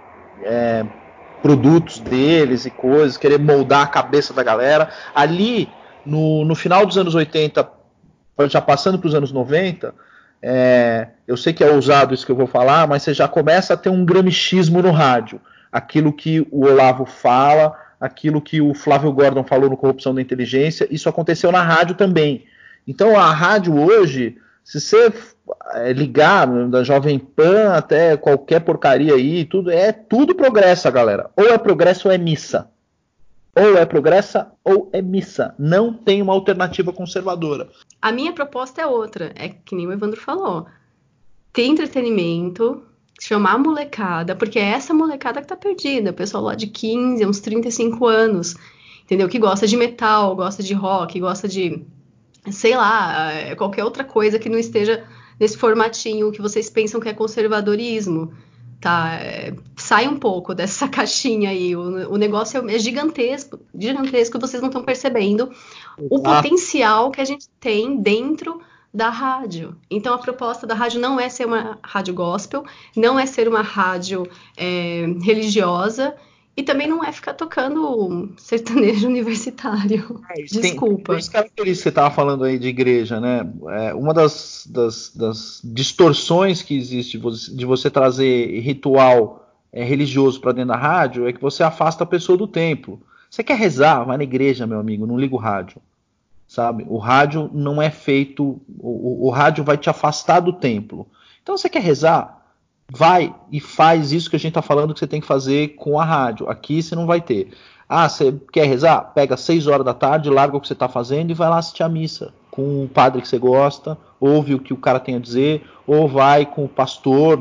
produtos deles e coisas, querer moldar a cabeça da galera. Ali, no final dos anos 80, já passando para os anos 90, eu sei que é ousado isso que eu vou falar, mas você já começa a ter um gramichismo no rádio. Aquilo que o Olavo fala, aquilo que o Flávio Gordon falou no Corrupção da Inteligência, isso aconteceu na rádio também. Então a rádio hoje, se você ligar da Jovem Pan até qualquer porcaria aí, tudo progressa, galera. Ou é progresso ou é missa. Ou é progressa ou é missa. Não tem uma alternativa conservadora. A minha proposta é outra, é que nem o Evandro falou. Ter entretenimento, chamar a molecada, porque é essa molecada que tá perdida, o pessoal lá de 15, uns 35 anos, entendeu? Que gosta de metal, gosta de rock, gosta de, sei lá, qualquer outra coisa que não esteja nesse formatinho que vocês pensam que é conservadorismo, tá? Sai um pouco dessa caixinha aí, o negócio é gigantesco, gigantesco, vocês não estão percebendo o potencial que a gente tem dentro da rádio. Então, a proposta da rádio não é ser uma rádio gospel, não é ser uma rádio religiosa e também não é ficar tocando sertanejo universitário. Desculpa. Tem características que você estava falando aí de igreja, né? Uma das distorções que existe de você trazer ritual religioso para dentro da rádio é que você afasta a pessoa do templo. Você quer rezar? Vai na igreja, meu amigo, não liga o rádio. Sabe? O rádio não é feito. O rádio vai te afastar do templo. Então você quer rezar? Vai e faz isso que a gente está falando que você tem que fazer com a rádio. Aqui você não vai ter. Ah, você quer rezar? Pega 6 horas da tarde, larga o que você está fazendo e vai lá assistir a missa com o padre que você gosta, ouve o que o cara tem a dizer, ou vai com o pastor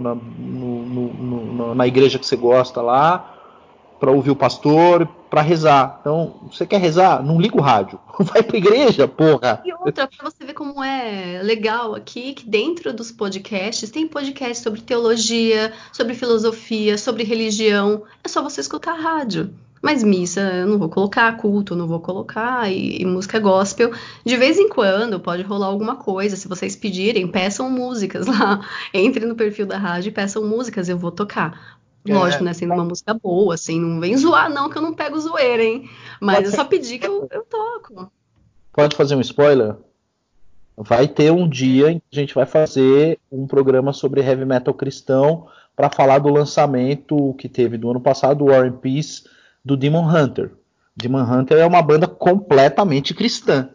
na igreja que você gosta lá, para ouvir o pastor, para rezar. Então, você quer rezar? Não liga o rádio. Vai para a igreja, porra. E outra, para você ver como é legal aqui, que dentro dos podcasts, tem podcast sobre teologia, sobre filosofia, sobre religião. É só você escutar a rádio. Mas missa, eu não vou colocar, culto, eu não vou colocar, e música gospel. De vez em quando pode rolar alguma coisa. Se vocês pedirem, peçam músicas lá. Entre no perfil da rádio e peçam músicas, eu vou tocar. Lógico, né? Sendo uma música boa, assim, não vem zoar, não, que eu não pego zoeira, hein? Mas Pode, é só pedir que eu toco. pode fazer um spoiler? Vai ter um dia em que a gente vai fazer um programa sobre heavy metal cristão para falar do lançamento que teve do ano passado, War and Peace, do Demon Hunter. Demon Hunter é uma banda completamente cristã.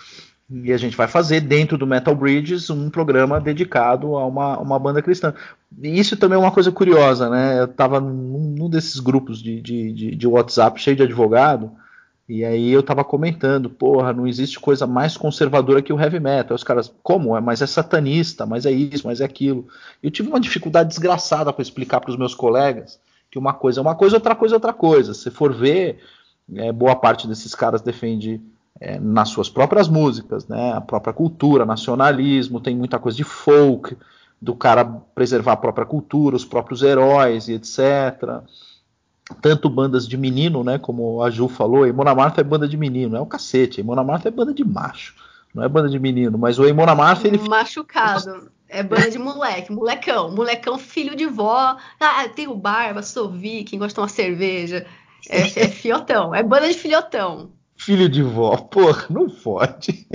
E a gente vai fazer dentro do Metal Bridges um programa dedicado a uma banda cristã. E isso também é uma coisa curiosa, né? Eu estava num desses grupos de WhatsApp cheio de advogado, e aí eu tava comentando, porra, não existe coisa mais conservadora que o heavy metal. Aí os caras, como? Mas é satanista, mas é isso, mas é aquilo. Eu tive uma dificuldade desgraçada para explicar para os meus colegas que uma coisa é uma coisa, outra coisa é outra coisa. Se for ver, boa parte desses caras defende nas suas próprias músicas, né, a própria cultura, nacionalismo, tem muita coisa de folk, do cara preservar a própria cultura, os próprios heróis e etc. Tanto bandas de menino, né, como a Ju falou, Emona Martha é banda de menino, é o cacete, Emona Martha é banda de macho, não é banda de menino, mas o Emona Martha, ele... Machucado. É banda de moleque, molecão. Molecão, filho de vó. Ah, tenho barba, sou viking, gosto de uma cerveja. É fiotão, é banda de filhotão. Filho de vó, porra, não fode.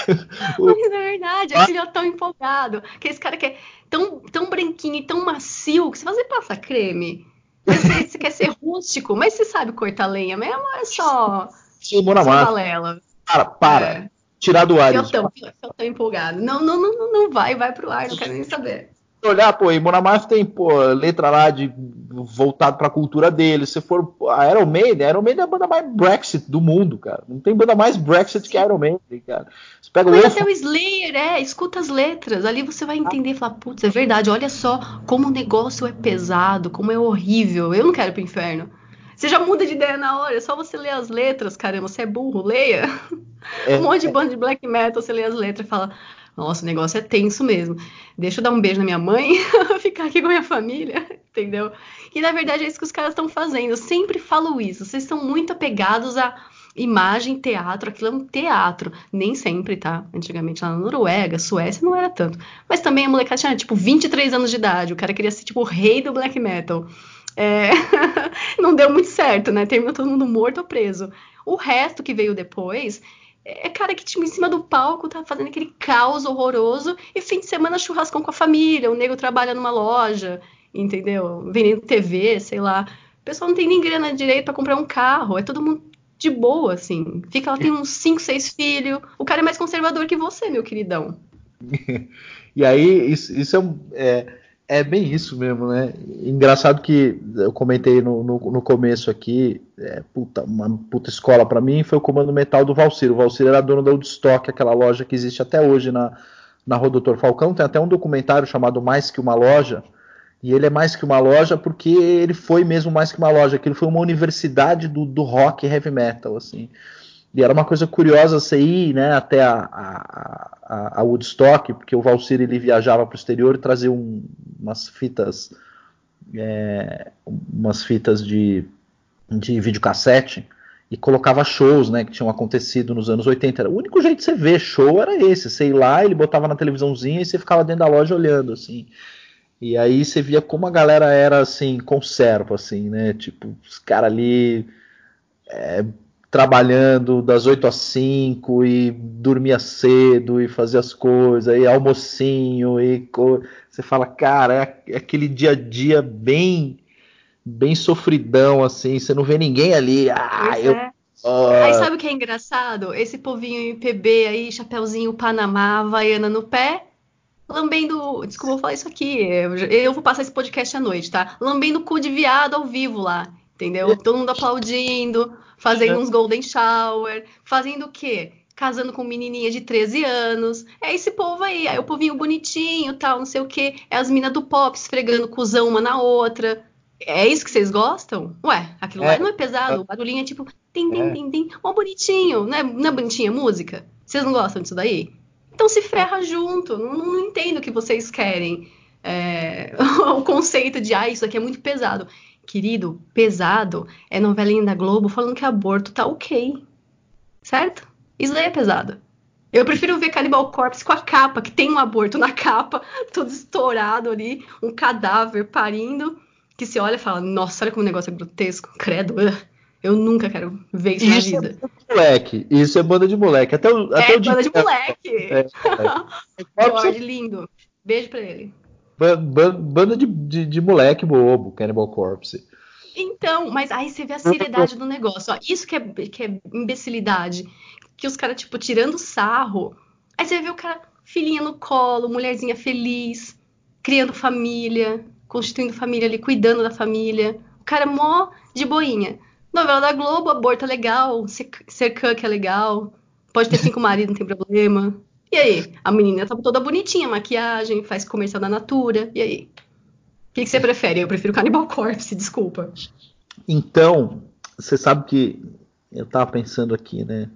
Mas é verdade, é filhotão empolgado. Aquele cara que é tão branquinho e tão macio que se você passa creme. Mas você quer ser rústico, mas você sabe cortar lenha mesmo ou é Emona só Martha, balela? para, É. tirar do ar isso. Fiotão empolgado. Não vai pro ar, não quero nem saber. Olhar, pô, e Monamar tem, pô, letra lá de voltado pra cultura dele. Se for pô, a Iron Maiden é a banda mais Brexit do mundo, cara. Não tem banda mais Brexit que a Sim. Iron Maiden, cara. Você pega o Mas Wolf, até o Slayer, escuta as letras. Ali você vai entender e falar, putz, é verdade, olha só como o negócio é pesado, como é horrível. Eu não quero ir pro inferno. Você já muda de ideia na hora, é só você ler as letras, caramba, você é burro, leia. Um monte de é, banda de black metal, você lê as letras e fala, nossa, o negócio é tenso mesmo. Deixa eu dar um beijo na minha mãe, ficar aqui com a minha família, entendeu? E na verdade é isso que os caras estão fazendo. Eu sempre falo isso. Vocês estão muito apegados a imagem, teatro, aquilo é um teatro. Nem sempre, tá? Antigamente lá na Noruega, Suécia, não era tanto. Mas também a molecada tinha, tipo, 23 anos de idade. O cara queria ser, tipo, o rei do black metal. É... não deu muito certo, né? Terminou todo mundo morto ou preso. O resto que veio depois é cara que, tipo, em cima do palco tá fazendo aquele caos horroroso e fim de semana churrascão com a família, o nego trabalha numa loja, entendeu? Vendendo TV, sei lá. O pessoal não tem nem grana direito pra comprar um carro, é todo mundo de boa, assim. Fica lá, tem uns 5, 6 filhos. O cara é mais conservador que você, meu queridão. e aí, isso é bem isso mesmo, né? Engraçado que eu comentei no começo aqui, uma puta escola pra mim foi o Comando Metal do Valcir. O Valcir era dono da Woodstock, aquela loja que existe até hoje na Rua Doutor Falcão. Tem até um documentário chamado Mais Que Uma Loja, e ele é mais que uma loja porque ele foi mesmo mais que uma loja. Aquilo foi uma universidade do rock heavy metal, assim. E era uma coisa curiosa você ir, né, até a Woodstock, porque o Valcir ele viajava para o exterior e trazia umas fitas de videocassete e colocava shows, né, que tinham acontecido nos anos 80. O único jeito de você ver show era esse, você ir lá, ele botava na televisãozinha e você ficava dentro da loja olhando, assim. E aí você via como a galera era, assim, conserva, assim, né, tipo, os caras ali trabalhando das 8 às 5 e dormia cedo e fazia as coisas, e almocinho, você fala, cara, é aquele dia a dia bem sofridão, assim, você não vê ninguém ali, Pois é. Aí sabe o que é engraçado? Esse povinho MPB aí, chapeuzinho Panamá, Havaiana no pé, lambendo. Desculpa, eu vou falar isso aqui. Eu vou passar esse podcast à noite, tá? Lambendo cu de viado ao vivo lá, entendeu? Todo mundo aplaudindo, fazendo uns golden shower, fazendo o quê? Casando com menininha de 13 anos. É esse povo aí. Aí o povinho bonitinho, tal, não sei o quê. É as minas do pop esfregando cuzão uma na outra. É isso que vocês gostam? Ué, aquilo lá é, não é pesado. O barulhinho é tipo, tim, tim, é, tim, tim. Ó, bonitinho. Não é bonitinha a música? Vocês não gostam disso daí? Então se ferra junto. Não entendo o que vocês querem. O conceito de, isso aqui é muito pesado. Querido, pesado é novelinha da Globo falando que aborto tá ok. Certo? Isso daí é pesado. Eu prefiro ver Cannibal Corpse com a capa, que tem um aborto na capa, todo estourado ali, um cadáver parindo, que se olha e fala, nossa, olha como o negócio é grotesco, credo. Eu nunca quero ver isso na Isso é vida. banda de moleque. Isso é banda de moleque. Até É o banda de Jimmy. moleque. Corpse é George, lindo. Beijo pra ele. banda de moleque bobo, Cannibal Corpse. Então, mas aí você vê a seriedade do negócio. Ó, isso que é imbecilidade. Que os caras, tipo, tirando sarro. Aí você vê o cara, filhinha no colo, mulherzinha feliz, criando família, constituindo família ali, cuidando da família. O cara mó de boinha. Novela da Globo, aborto é legal, ser cuck é legal, pode ter 5 maridos, não tem problema. E aí? A menina tá toda bonitinha, maquiagem, faz comercial da Natura. E aí? O que você prefere? Eu prefiro Cannibal Corpse, desculpa. Então, você sabe que eu tava pensando aqui, né?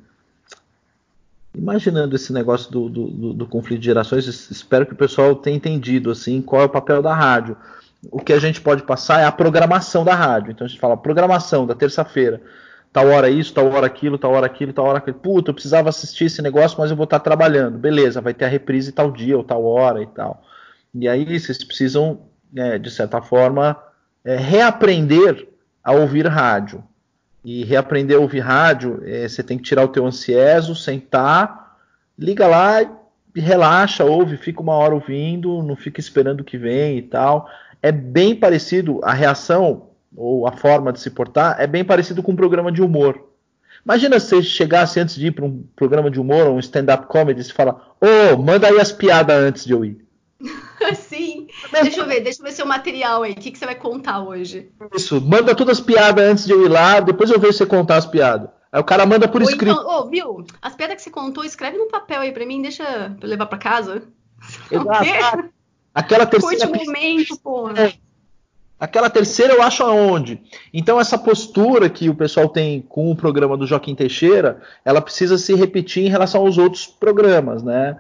Imaginando esse negócio do conflito de gerações, espero que o pessoal tenha entendido assim qual é o papel da rádio. O que a gente pode passar é a programação da rádio. Então a gente fala programação da terça-feira, tal hora isso, tal hora aquilo, tal hora aquilo, tal hora aquilo. Puta, eu precisava assistir esse negócio, mas eu vou estar trabalhando. Beleza, vai ter a reprise tal dia ou tal hora e tal. E aí vocês precisam, de certa forma, reaprender a ouvir rádio. E reaprender a ouvir rádio, você tem que tirar o teu ansieso, sentar, liga lá e relaxa, ouve, fica uma hora ouvindo, não fica esperando o que vem e tal. É bem parecido, a reação ou a forma de se portar é bem parecido com um programa de humor. Imagina se você chegasse antes de ir para um programa de humor, um stand-up comedy, e você fala, ô, manda aí as piadas antes de eu ir. Sim. Deixa eu ver seu material aí. O que você vai contar hoje? Isso, manda todas as piadas antes de eu ir lá, depois eu vejo você contar as piadas. Aí o cara manda por Ou escrito. então, viu? As piadas que você contou, escreve num papel aí pra mim, deixa eu levar pra casa. O Exato. quê? Aquela Curte terceira, o momento, porra. é, aquela terceira eu acho aonde. Então essa postura que o pessoal tem com o programa do Joaquim Teixeira, ela precisa se repetir em relação aos outros programas, né?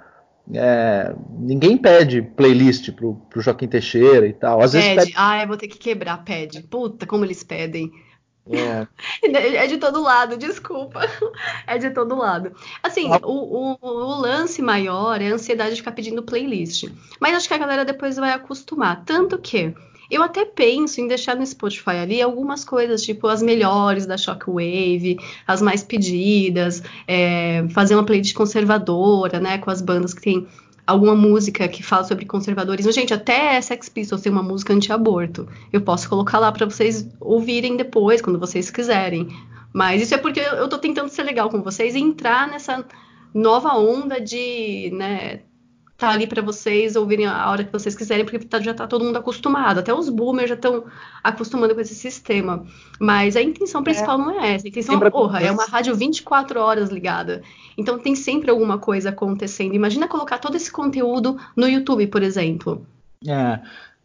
Ninguém pede playlist pro Joaquim Teixeira e tal. Às vezes Pede. pede. Ai, vou ter que quebrar, pede. Puta, como eles pedem. É, É de todo lado, desculpa. É de todo lado. Assim, o lance maior é a ansiedade de ficar pedindo playlist. Mas acho que a galera depois vai acostumar. Tanto que eu até penso em deixar no Spotify ali algumas coisas, tipo as melhores da Shockwave, as mais pedidas, fazer uma playlist conservadora, né? Com as bandas que tem alguma música que fala sobre conservadorismo. Gente, até Sex Pistols tem uma música anti-aborto. Eu posso colocar lá para vocês ouvirem depois, quando vocês quiserem. Mas isso é porque eu tô tentando ser legal com vocês e entrar nessa nova onda de, né, tá ali para vocês ouvirem a hora que vocês quiserem, porque já tá todo mundo acostumado. Até os boomers já estão acostumando com esse sistema. Mas a intenção principal não é essa. A intenção, lembra porra, é uma rádio 24 horas ligada. Então tem sempre alguma coisa acontecendo. Imagina colocar todo esse conteúdo no YouTube, por exemplo. É,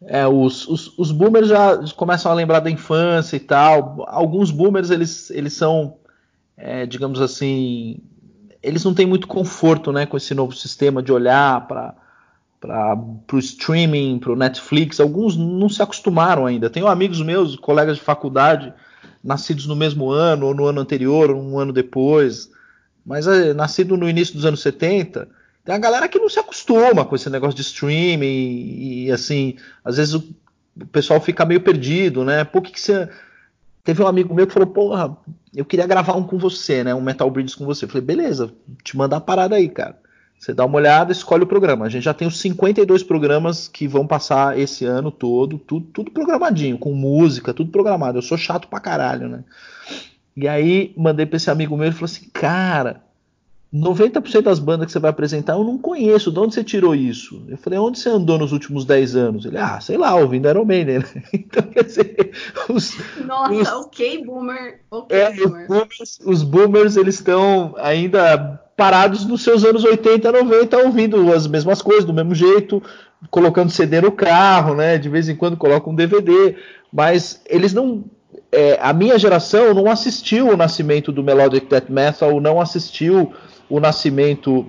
os boomers já começam a lembrar da infância e tal. Alguns boomers eles são, digamos assim, eles não têm muito conforto, né, com esse novo sistema de olhar para o streaming, para o Netflix. Alguns não se acostumaram ainda. Tenho amigos meus, colegas de faculdade, nascidos no mesmo ano, ou no ano anterior, ou um ano depois, mas nascido no início dos anos 70. Tem a galera que não se acostuma com esse negócio de streaming e assim, às vezes o pessoal fica meio perdido, né? Por que você. Teve um amigo meu que falou, porra, eu queria gravar um com você, né? Um Metal Bridges com você. Eu falei, beleza, te mandar a parada aí, cara. Você dá uma olhada, escolhe o programa. A gente já tem os 52 programas que vão passar esse ano todo, tudo programadinho, com música, tudo programado. Eu sou chato pra caralho, né? E aí mandei pra esse amigo meu e falou assim, cara, 90% das bandas que você vai apresentar eu não conheço. De onde você tirou isso? Eu falei, onde você andou nos últimos 10 anos? Ele, sei lá, ouvindo Iron Maiden. Então, quer dizer, os, Nossa, os, ok, boomer. Ok, é, boomer. os boomers eles estão ainda parados nos seus anos 80, 90, ouvindo as mesmas coisas, do mesmo jeito, colocando CD no carro, né? De vez em quando colocam um DVD, mas eles não. A minha geração não assistiu o nascimento do Melodic Death Metal, não assistiu o nascimento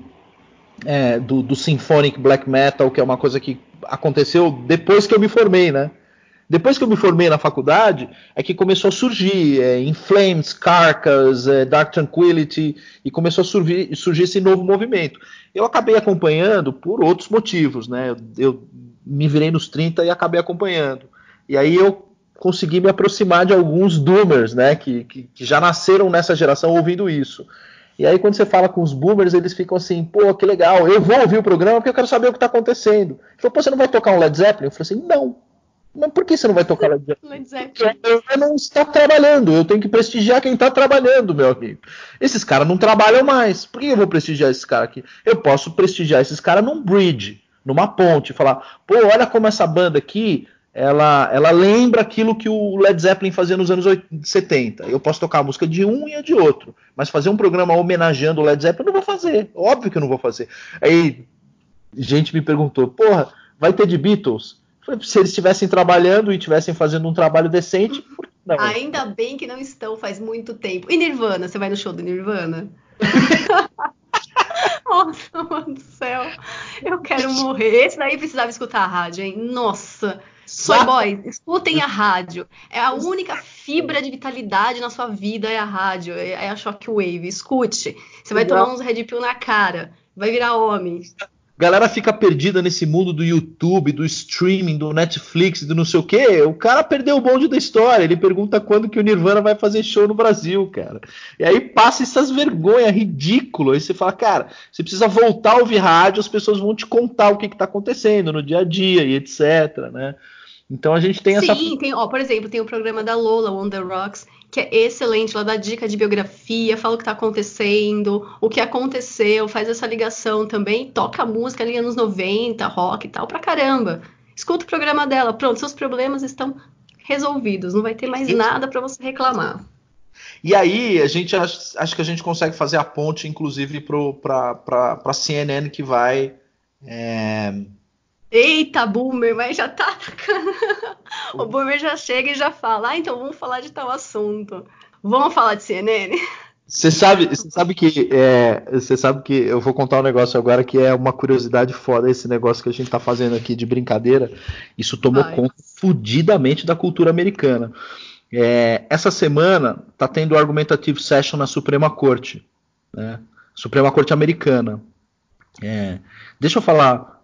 do Symphonic Black Metal, que é uma coisa que aconteceu depois que eu me formei, né? Depois que eu me formei na faculdade, é que começou a surgir In Flames, Carcass, Dark Tranquillity, e começou a surgir esse novo movimento. Eu acabei acompanhando por outros motivos, né? Eu me virei nos 30 e acabei acompanhando. E aí eu consegui me aproximar de alguns doomers, né, que já nasceram nessa geração ouvindo isso. E aí quando você fala com os boomers, eles ficam assim, pô, que legal, eu vou ouvir o programa porque eu quero saber o que está acontecendo. Ele falou, pô, você não vai tocar um Led Zeppelin? Eu falei assim, não. Mas por que você não vai tocar Led Zeppelin? Led Zeppelin. Porque eu não estou trabalhando, eu tenho que prestigiar quem está trabalhando, meu amigo. Esses caras não trabalham mais. Por que eu vou prestigiar esses caras aqui? Eu posso prestigiar esses caras num bridge, numa ponte, falar, pô, olha como essa banda aqui, ela lembra aquilo que o Led Zeppelin fazia nos anos 70. Eu posso tocar a música de um e a de outro, mas fazer um programa homenageando o Led Zeppelin eu não vou fazer. Óbvio que eu não vou fazer. Aí gente me perguntou, porra, vai ter de Beatles? Falei, se eles estivessem trabalhando e estivessem fazendo um trabalho decente, por que não? Ainda bem que não estão faz muito tempo. E Nirvana? Você vai no show do Nirvana? Nossa, mano do céu. Eu quero morrer. Esse daí precisava escutar a rádio, hein? Nossa. Playboys, escutem a rádio. É a única fibra de vitalidade na sua vida, é a rádio, é a Shockwave. Escute. Você vai tomar uns Red Pill na cara. Vai virar homem. Galera fica perdida nesse mundo do YouTube, do streaming, do Netflix, do não sei o quê. O cara perdeu o bonde da história. Ele pergunta quando que o Nirvana vai fazer show no Brasil, cara. E aí passa essas vergonhas ridículas. Aí você fala, cara, você precisa voltar a ouvir rádio, as pessoas vão te contar o que está acontecendo no dia a dia e etc, né? Então a gente tem essa... Sim, tem, ó, por exemplo, tem o programa da Lola, On The Rocks, que é excelente, ela dá dica de biografia, fala o que tá acontecendo, o que aconteceu, faz essa ligação também, toca música ali anos 90, rock e tal, pra caramba. Escuta o programa dela, pronto, seus problemas estão resolvidos, não vai ter mais nada pra você reclamar. E aí a gente acho que a gente consegue fazer a ponte, inclusive, para CNN que vai... Eita, Boomer, mas já tá atacando. O Boomer já chega e já fala, então vamos falar de tal assunto. Vamos falar de CNN? Você sabe que eu vou contar um negócio agora que é uma curiosidade foda, esse negócio que a gente tá fazendo aqui de brincadeira. Isso tomou conta fudidamente da cultura americana. Essa semana tá tendo o Argumentative Session na Suprema Corte, né? Suprema Corte americana. Deixa eu falar.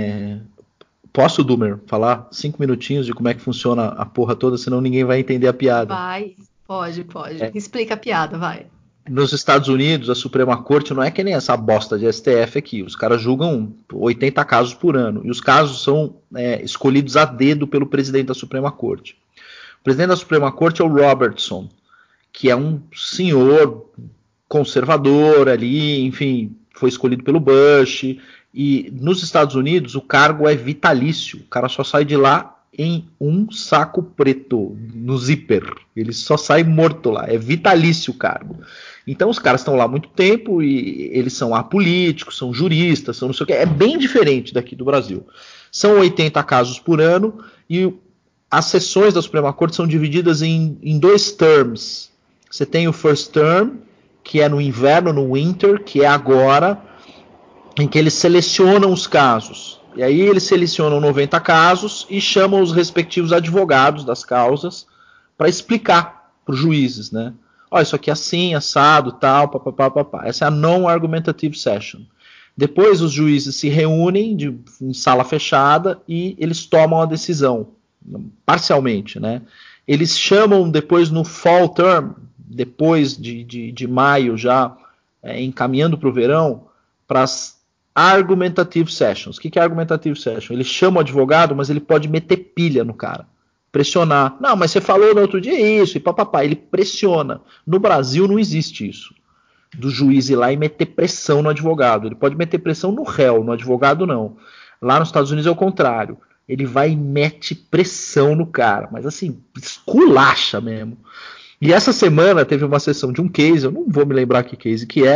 Posso, Doomer, falar 5 minutinhos de como é que funciona a porra toda, senão ninguém vai entender a piada. Vai, pode. Explica a piada, vai. Nos Estados Unidos, a Suprema Corte não é que nem essa bosta de STF aqui. Os caras julgam 80 casos por ano. E os casos são escolhidos a dedo pelo presidente da Suprema Corte. O presidente da Suprema Corte é o Robertson, que é um senhor conservador ali, enfim, foi escolhido pelo Bush. E nos Estados Unidos, o cargo é vitalício. O cara só sai de lá em um saco preto, no zíper. Ele só sai morto lá. É vitalício o cargo. Então os caras estão lá há muito tempo e eles são apolíticos, são juristas, são não sei o que. É bem diferente daqui do Brasil. São 80 casos por ano e as sessões da Suprema Corte são divididas em 2 terms. Você tem o first term, que é no inverno, no winter, que é agora, em que eles selecionam os casos. E aí eles selecionam 90 casos e chamam os respectivos advogados das causas para explicar para os juízes, né? Olha, isso aqui é assim, assado, tal, papapá. Essa é a non-argumentative session. Depois os juízes se reúnem em sala fechada e eles tomam a decisão, parcialmente, né? Eles chamam depois no fall term, depois de maio já, encaminhando para o verão, para as argumentative sessions. O que é argumentative session? Ele chama o advogado, mas ele pode meter pilha no cara. Pressionar. Não, mas você falou no outro dia isso, e papapá. Ele pressiona. No Brasil não existe isso. Do juiz ir lá e meter pressão no advogado. Ele pode meter pressão no réu, no advogado não. Lá nos Estados Unidos é o contrário. Ele vai e mete pressão no cara. Mas assim, esculacha mesmo. E essa semana teve uma sessão de um case, eu não vou me lembrar que case que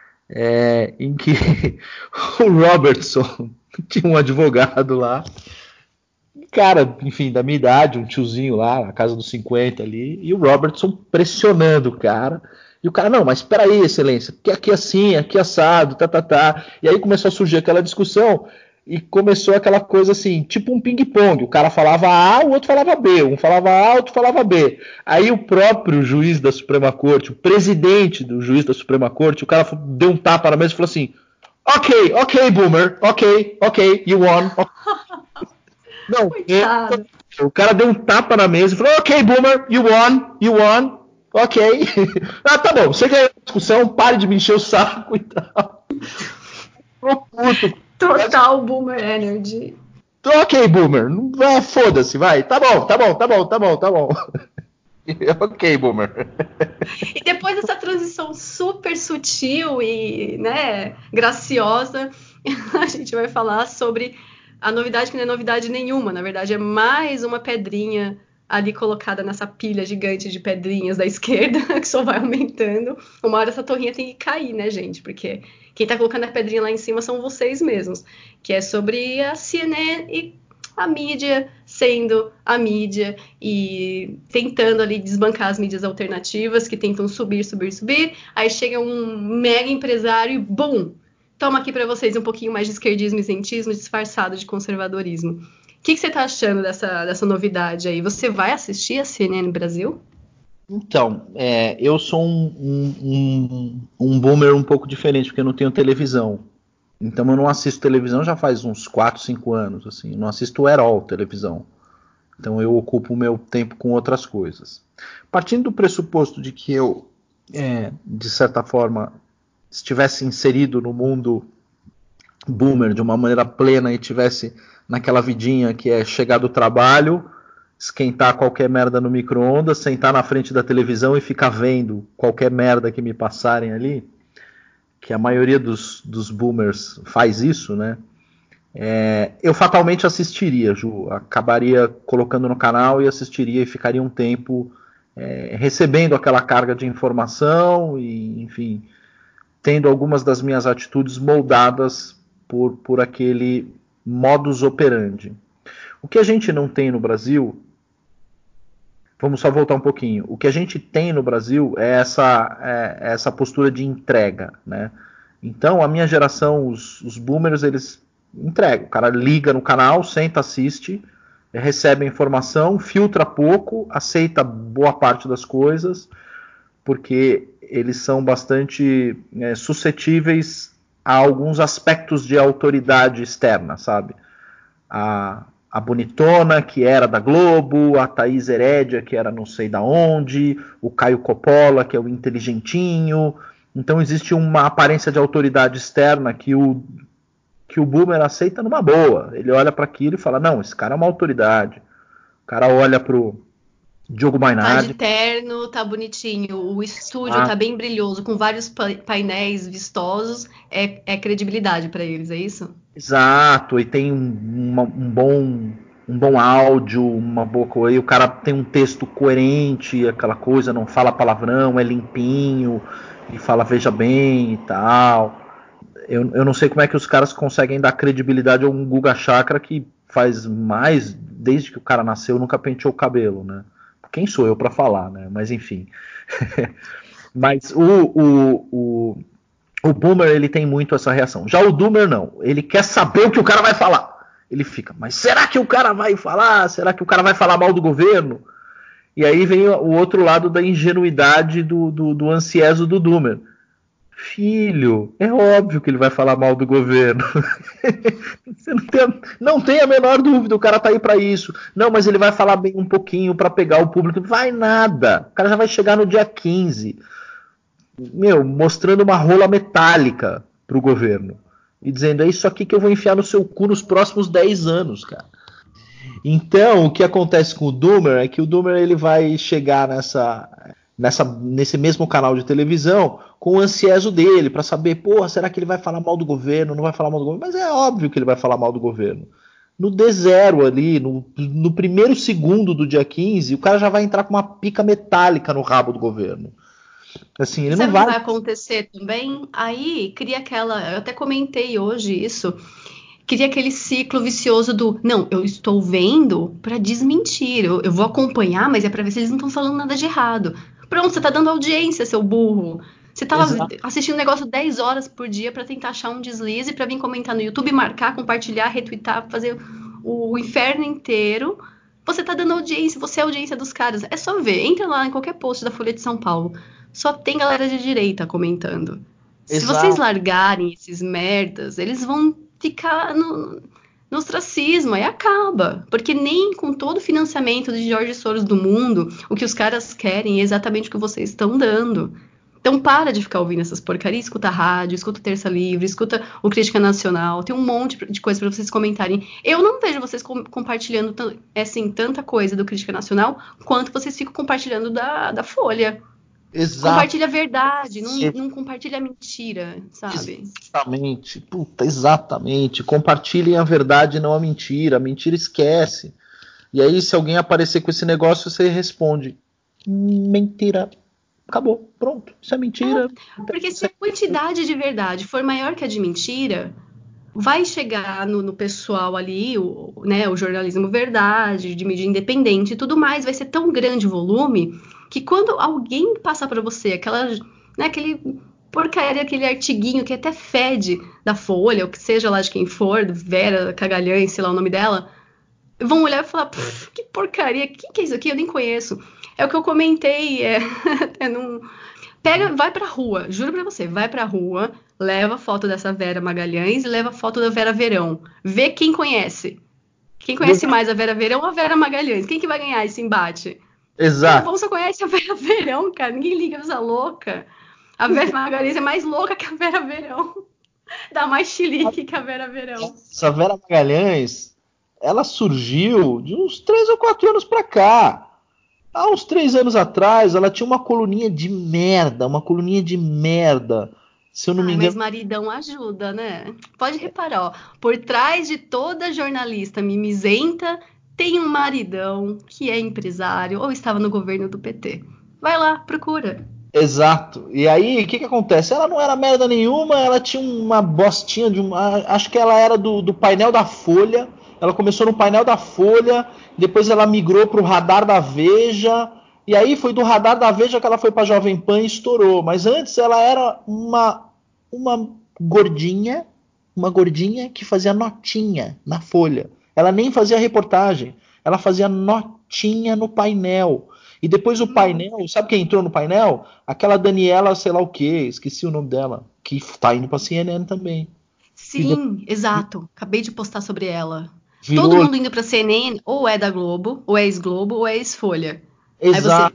em que o Robertson tinha um advogado lá, cara, enfim, da minha idade, um tiozinho lá, na casa dos 50 ali, e o Robertson pressionando o cara. E o cara, não, mas espera aí, excelência, porque aqui assim, aqui assado, tá. E aí começou a surgir aquela discussão e começou aquela coisa assim, tipo um ping-pong. O cara falava A, o outro falava B. Um falava A, o outro falava B. Aí o próprio juiz da Suprema Corte, o presidente do juiz da Suprema Corte, o cara deu um tapa na mesa e falou assim, ok, Boomer, ok, you won. Não, O cara deu um tapa na mesa e falou: ok, boomer, you won, ok. Ah, tá bom, você ganhou a discussão, pare de me encher o saco e tal. Puto. Total boomer energy. Ok, boomer, foda-se, vai. Tá bom. Ok, boomer. E depois dessa transição super sutil e, né, graciosa, a gente vai falar sobre a novidade que não é novidade nenhuma. Na verdade, é mais uma pedrinha ali colocada nessa pilha gigante de pedrinhas da esquerda, que só vai aumentando. Uma hora essa torrinha tem que cair, né, gente? Porque quem tá colocando a pedrinha lá em cima são vocês mesmos. Que é sobre a CNN e a mídia sendo a mídia e tentando ali desbancar as mídias alternativas que tentam subir. Aí chega um mega empresário e bum! Toma aqui para vocês um pouquinho mais de esquerdismo e isentismo disfarçado de conservadorismo. O que você tá achando dessa novidade aí? Você vai assistir a CNN Brasil? Então, eu sou um boomer um pouco diferente, porque eu não tenho televisão. Então eu não assisto televisão já faz uns 4, 5 anos. Assim. Eu não assisto at all televisão. Então eu ocupo o meu tempo com outras coisas. Partindo do pressuposto de que eu, de certa forma, estivesse inserido no mundo boomer de uma maneira plena e tivesse naquela vidinha que é chegar do trabalho, esquentar qualquer merda no micro-ondas, sentar na frente da televisão e ficar vendo qualquer merda que me passarem ali, que a maioria dos boomers faz isso, né? Eu fatalmente assistiria, Ju. Acabaria colocando no canal e assistiria e ficaria um tempo recebendo aquela carga de informação e, enfim, tendo algumas das minhas atitudes moldadas por aquele modus operandi. O que a gente não tem no Brasil, vamos só voltar um pouquinho, o que a gente tem no Brasil é essa postura de entrega, né? Então, a minha geração, os boomers, eles entregam. O cara liga no canal, senta, assiste, recebe a informação, filtra pouco, aceita boa parte das coisas, porque eles são bastante suscetíveis a alguns aspectos de autoridade externa, sabe? A Bonitona, que era da Globo, a Thaís Herédia, que era não sei da onde, o Caio Coppola, que é o inteligentinho. Então existe uma aparência de autoridade externa que o boomer aceita numa boa. Ele olha para aquilo e fala: não, esse cara é uma autoridade. O cara olha pro Diogo Tá de Mainardi. terno, tá bonitinho. O estúdio tá bem brilhoso, com vários painéis vistosos. É credibilidade para eles, é isso? Exato, e tem um bom áudio, uma boa coisa, e o cara tem um texto coerente, aquela coisa, não fala palavrão, é limpinho, e fala veja bem e tal. Eu não sei como é que os caras conseguem dar credibilidade a um Guga Chakra que faz mais, desde que o cara nasceu, nunca penteou o cabelo, né? Quem sou eu para falar, né? Mas enfim. Mas o boomer, ele tem muito essa reação. Já o doomer, não. Ele quer saber o que o cara vai falar. Ele fica, mas será que o cara vai falar? Será que o cara vai falar mal do governo? E aí vem o outro lado da ingenuidade do ansieso do doomer. Filho, é óbvio que ele vai falar mal do governo. Você não tem a menor dúvida, o cara tá aí para isso. Não, mas ele vai falar bem um pouquinho para pegar o público. Vai nada. O cara já vai chegar no dia 15, mostrando uma rola metálica pro governo. E dizendo, é isso aqui que eu vou enfiar no seu cu nos próximos 10 anos, cara. Então, o que acontece com o Doomer é que o Doomer ele vai chegar nesse mesmo canal de televisão com o ansieso dele, para saber, porra, será que ele vai falar mal do governo? Não vai falar mal do governo? Mas é óbvio que ele vai falar mal do governo. No D0 ali, no primeiro segundo do dia 15, o cara já vai entrar com uma pica metálica no rabo do governo. Assim, E ele não sabe o que vai. vai acontecer também? Aí cria aquela. Eu até comentei hoje isso. Cria aquele ciclo vicioso do não, eu estou vendo para desmentir. Eu vou acompanhar, mas é para ver se eles não estão falando nada de errado. Pronto, você tá dando audiência, seu burro. Você tá Exato. assistindo um negócio 10 horas por dia para tentar achar um deslize, para vir comentar no YouTube, marcar, compartilhar, retweetar, fazer o inferno inteiro. Você tá dando audiência, você é a audiência dos caras. É só ver, entra lá em qualquer post da Folha de São Paulo. Só tem galera de direita comentando. Se vocês Exato. largarem esses merdas, eles vão ficar no ostracismo, aí acaba. Porque nem com todo o financiamento de Jorge Soros do mundo, o que os caras querem é exatamente o que vocês estão dando. Então para de ficar ouvindo essas porcarias, escuta a rádio, escuta o Terça Livre, escuta o Crítica Nacional, tem um monte de coisa para vocês comentarem. Eu não vejo vocês compartilhando assim, tanta coisa do Crítica Nacional, quanto vocês ficam compartilhando da Folha. Exato. Compartilha a verdade, não compartilha a mentira, sabe? Exatamente. Puta, exatamente. Compartilhem a verdade, não a mentira. A mentira esquece. E aí, se alguém aparecer com esse negócio, você responde: mentira. Acabou. Pronto. Isso é mentira. Porque se a quantidade de verdade for maior que a de mentira, vai chegar no pessoal ali, né, o jornalismo verdade, de mídia independente e tudo mais, vai ser tão grande o volume que quando alguém passar para você né, aquele porcaria, aquele artiguinho que até fede da Folha, ou que seja lá de quem for, Vera Cagalhães, sei lá o nome dela, vão olhar e falar, que porcaria, que é isso aqui? Eu nem conheço. É o que eu comentei, vai pra rua, juro pra você, vai pra rua, leva foto dessa Vera Magalhães e leva foto da Vera Verão. Vê quem conhece. Quem conhece mais a Vera Verão ou a Vera Magalhães? Quem que vai ganhar esse embate? O Exato. povão só conhece a Vera Verão, cara. Ninguém liga pra essa louca. A Vera Magalhães é mais louca que a Vera Verão. Dá mais chilique que a Vera Verão. Essa Vera Magalhães, ela surgiu de uns 3 ou 4 anos pra cá. Há uns 3 anos atrás, ela tinha uma coluninha de merda. Uma coluninha de merda. Se eu não me Ai, mas engano. maridão ajuda, né? Pode reparar, ó. Por trás de toda jornalista mimizenta tem um maridão que é empresário ou estava no governo do PT. Vai lá, procura. Exato. E aí, o que acontece? Ela não era merda nenhuma, ela tinha uma bostinha de uma. Acho que ela era do painel da Folha. Ela começou no painel da Folha, depois ela migrou para o radar da Veja. E aí foi do radar da Veja que ela foi para Jovem Pan e estourou. Mas antes ela era uma gordinha, uma gordinha que fazia notinha na Folha. Ela nem fazia reportagem, ela fazia notinha no painel. E depois o painel, sabe quem entrou no painel? Aquela Daniela, sei lá o que, esqueci o nome dela, que tá indo pra CNN também. E Sim, exato. Acabei de postar sobre ela. Todo virou. mundo indo pra CNN, ou é da Globo, ou é ex-Globo, ou é ex-Folha. Aí você, Exato.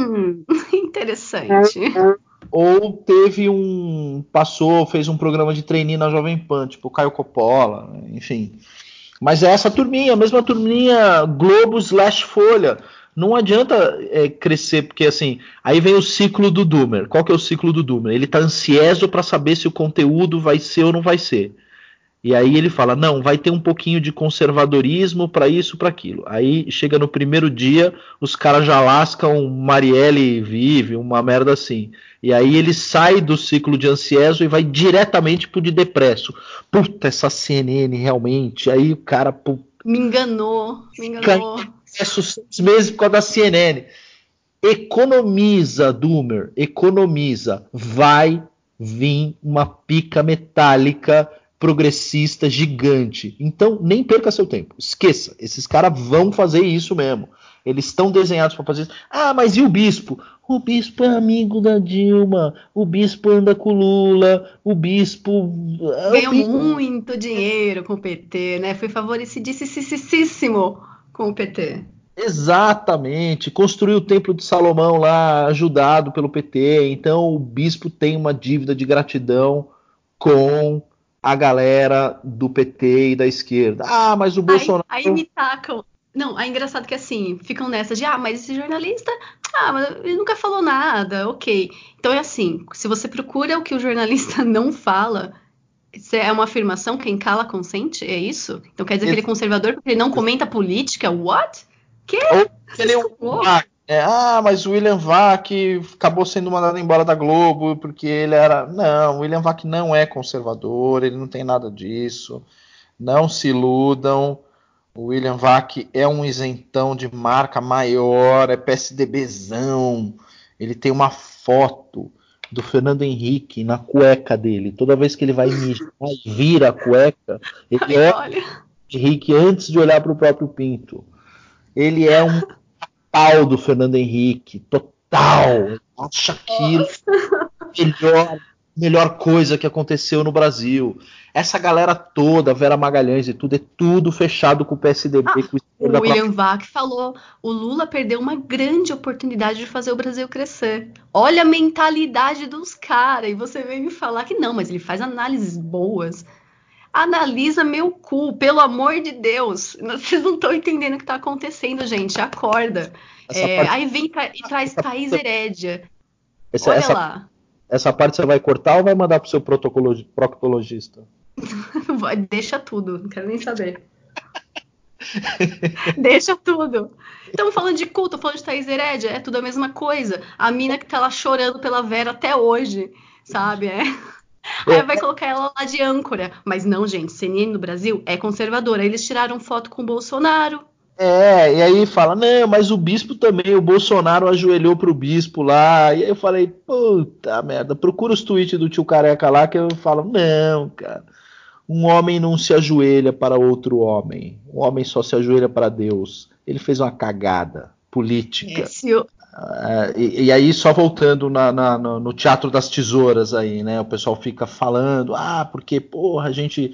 interessante. Ou teve um. Passou, fez um programa de trainee na Jovem Pan, tipo Caio Coppola, enfim. Mas é essa turminha, a mesma turminha Globo slash Folha. Não adianta crescer, porque assim, aí vem o ciclo do Doomer. Qual que é o ciclo do Doomer? Ele tá ansioso para saber se o conteúdo vai ser ou não vai ser. E aí ele fala, não, vai ter um pouquinho de conservadorismo para isso, para aquilo. Aí chega no primeiro dia, os caras já lascam Marielle Vive, uma merda assim. E aí ele sai do ciclo de ansieso e vai diretamente pro de depresso. Puta, essa CNN realmente. Aí o cara Me enganou, me fica em enganou. depresso 6 meses por causa da CNN. Economiza, Doomer, economiza. Vai vir uma pica metálica progressista gigante. Então, nem perca seu tempo. Esqueça. Esses caras vão fazer isso mesmo. Eles estão desenhados para fazer isso. Ah, mas e o bispo? O bispo é amigo da Dilma. O bispo anda com o Lula. O bispo. O Ganhou bispo muito dinheiro com o PT, né? Foi favorecidíssimo com o PT. Exatamente, construiu o Templo de Salomão lá, ajudado pelo PT. Então o bispo tem uma dívida de gratidão com a galera do PT e da esquerda. Ah, mas o Bolsonaro. Aí me tacam. Não, é engraçado que assim, ficam nessa de, mas esse jornalista, mas ele nunca falou nada, ok. Então é assim, se você procura o que o jornalista não fala, isso é uma afirmação, quem cala consente, é isso? Então quer dizer que ele é conservador porque ele não comenta política? What? Que? Ou Vocês ele é um estão loucos? Vac, né? Ah, mas o William Vac acabou sendo mandado embora da Globo porque ele era. Não, o William Vac não é conservador, ele não tem nada disso. Não se iludam. O William Vac é um isentão de marca maior, é PSDBzão. Ele tem uma foto do Fernando Henrique na cueca dele. Toda vez que ele vai mijar e vira a cueca, ele Ai, olha olha. o Henrique antes de olhar para o próprio pinto. Ele é um pau do Fernando Henrique, total. Acha aquilo Nossa. melhor. melhor coisa que aconteceu no Brasil. Essa galera toda, Vera Magalhães e tudo, é tudo fechado com o PSDB, Ah, com o esquerda o pra... William Vac falou: o Lula perdeu uma grande oportunidade de fazer o Brasil crescer. Olha a mentalidade dos caras. E você vem me falar que não, mas ele faz análises boas. Analisa meu cu, pelo amor de Deus. Vocês não estão entendendo o que está acontecendo, gente. Acorda. Essa parte, Aí vem e traz Thaís Herédia. essa, Olha essa, lá. essa parte você vai cortar ou vai mandar pro seu proctologista? Deixa tudo, não quero nem saber. Deixa tudo. Estamos falando de culto, falando de Thaís Herédia, é tudo a mesma coisa. A mina que tá lá chorando pela Vera até hoje, sabe? Aí É, vai colocar ela lá de âncora. Mas não, gente, CNN no Brasil é conservadora. Eles tiraram foto com o Bolsonaro. e aí fala, não, mas o bispo também, o Bolsonaro ajoelhou pro bispo lá. E aí eu falei, puta merda, procura os tweets do tio Careca lá que eu falo, não, cara. Um homem não se ajoelha para outro homem. Um homem só se ajoelha para Deus. Ele fez uma cagada política. Se o, E aí, só voltando no Teatro das Tesouras aí, né? O pessoal fica falando, porque, porra, a gente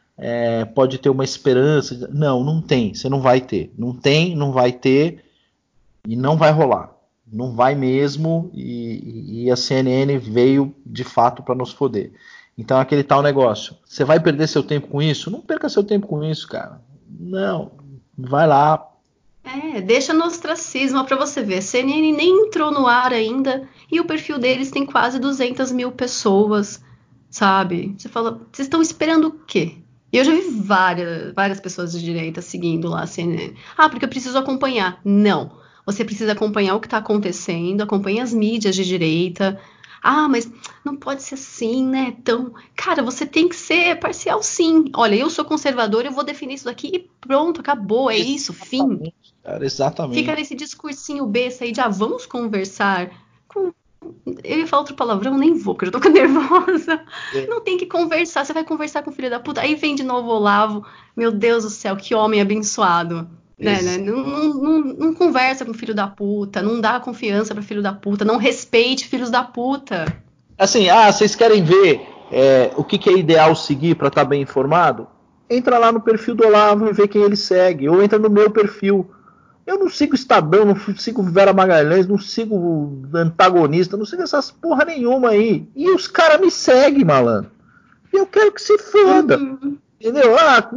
pode ter uma esperança. Não, não tem, você não vai ter. Não tem, não vai ter e não vai rolar. Não vai mesmo e a CNN veio de fato para nos foder. Então, aquele tal negócio. Você vai perder seu tempo com isso? Não perca seu tempo com isso, cara. Não, vai lá. deixa no ostracismo pra você ver. CNN nem entrou no ar ainda e o perfil deles tem quase 200 mil pessoas, sabe? Você fala, vocês estão esperando o quê? E eu já vi várias pessoas de direita seguindo lá a CNN. Ah, porque eu preciso acompanhar. Não. Você precisa acompanhar o que está acontecendo, acompanha as mídias de direita. Ah, mas não pode ser assim, né? Então, cara, você tem que ser parcial, sim. Olha, eu sou conservador, eu vou definir isso daqui e pronto, acabou, é isso, fim. Exatamente, cara, Fica exatamente. nesse discursinho besta aí de vamos conversar com. Eu ia falar outro palavrão, nem vou, porque eu já tô nervosa. Não tem que conversar, você vai conversar com o filho da puta. Aí vem de novo o Olavo. Meu Deus do céu, que homem abençoado. Né? Ex Não conversa com filho da puta, não dá confiança para filho da puta, não respeite filhos da puta. Assim, vocês querem ver o que é ideal seguir para estar bem informado? Entra lá no perfil do Olavo e vê quem ele segue. Ou entra no meu perfil. Eu não sigo Estadão, não sigo Vera Magalhães, não sigo antagonista, não sigo essas porra nenhuma aí. E os caras me seguem, malandro. E eu quero que se foda. Uhum. Entendeu?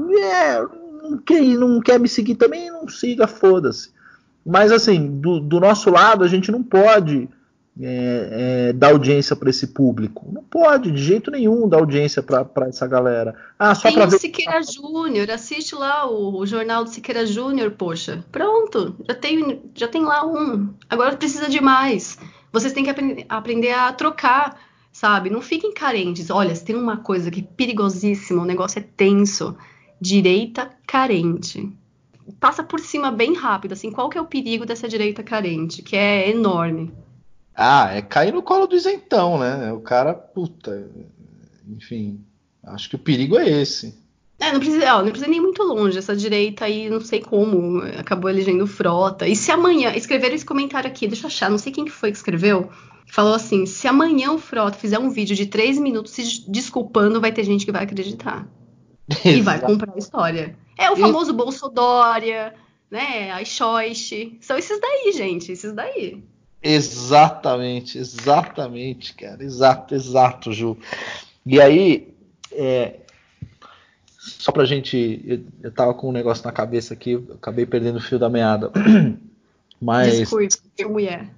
Não quer me seguir também, não siga, foda-se. Mas assim, do nosso lado, a gente não pode dar audiência para esse público. Não pode, de jeito nenhum, dar audiência para essa galera. Só Tem para o ver. Siqueira Júnior, assiste lá o jornal do Siqueira Júnior, poxa. Pronto, já tem lá um. Agora precisa de mais. Vocês têm que aprender a trocar, sabe? Não fiquem carentes. Olha, se tem uma coisa que é perigosíssima, o negócio é tenso. Direita carente. Passa por cima bem rápido, assim, qual que é o perigo dessa direita carente? Que é enorme. É cair no colo do isentão, né? O cara, puta, enfim, acho que o perigo é esse. Não precisa nem ir muito longe. Essa direita aí, não sei como, acabou elegendo Frota. E se amanhã, escreveram esse comentário aqui, deixa eu achar, não sei quem que foi que escreveu. Falou assim: se amanhã o Frota fizer um vídeo de 3 minutos se desculpando, vai ter gente que vai acreditar. E vai Exa comprar a história. É o ex famoso Bolsodória, né? A Xoixe. São esses daí, gente, esses daí. exatamente, exatamente, cara. Exato, exato, Ju. E aí, só pra gente. Eu tava com um negócio na cabeça aqui, eu acabei perdendo o fio da meada. Mas Desculpe, sua mulher.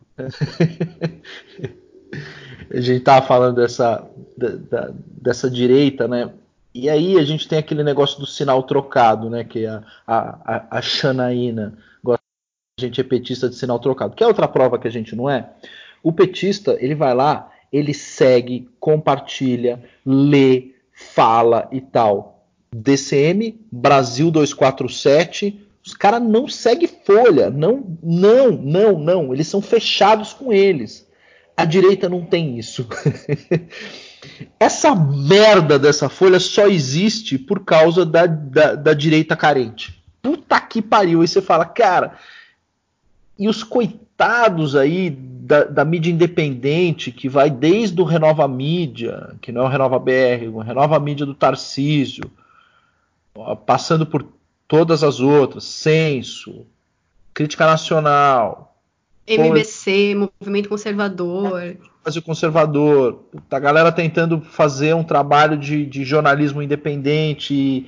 a gente tava falando dessa direita, né? E aí a gente tem aquele negócio do sinal trocado, né? Que é a Xanaína gosta de gente é petista de sinal trocado. Que é outra prova que a gente não é? O petista, ele vai lá, ele segue, compartilha, lê, fala e tal. DCM, Brasil 247, os caras não seguem folha. Não, não, não, não. Eles são fechados com eles. A direita não tem isso. Essa merda dessa folha só existe por causa da direita carente. Puta que pariu. Aí você fala, cara, e os coitados aí da mídia independente, que vai desde o Renova Mídia, que não é o Renova BR, o Renova Mídia do Tarcísio, passando por todas as outras, Censo, Crítica Nacional, MBC, Movimento Conservador. Brasil Conservador, a galera tentando fazer um trabalho de jornalismo independente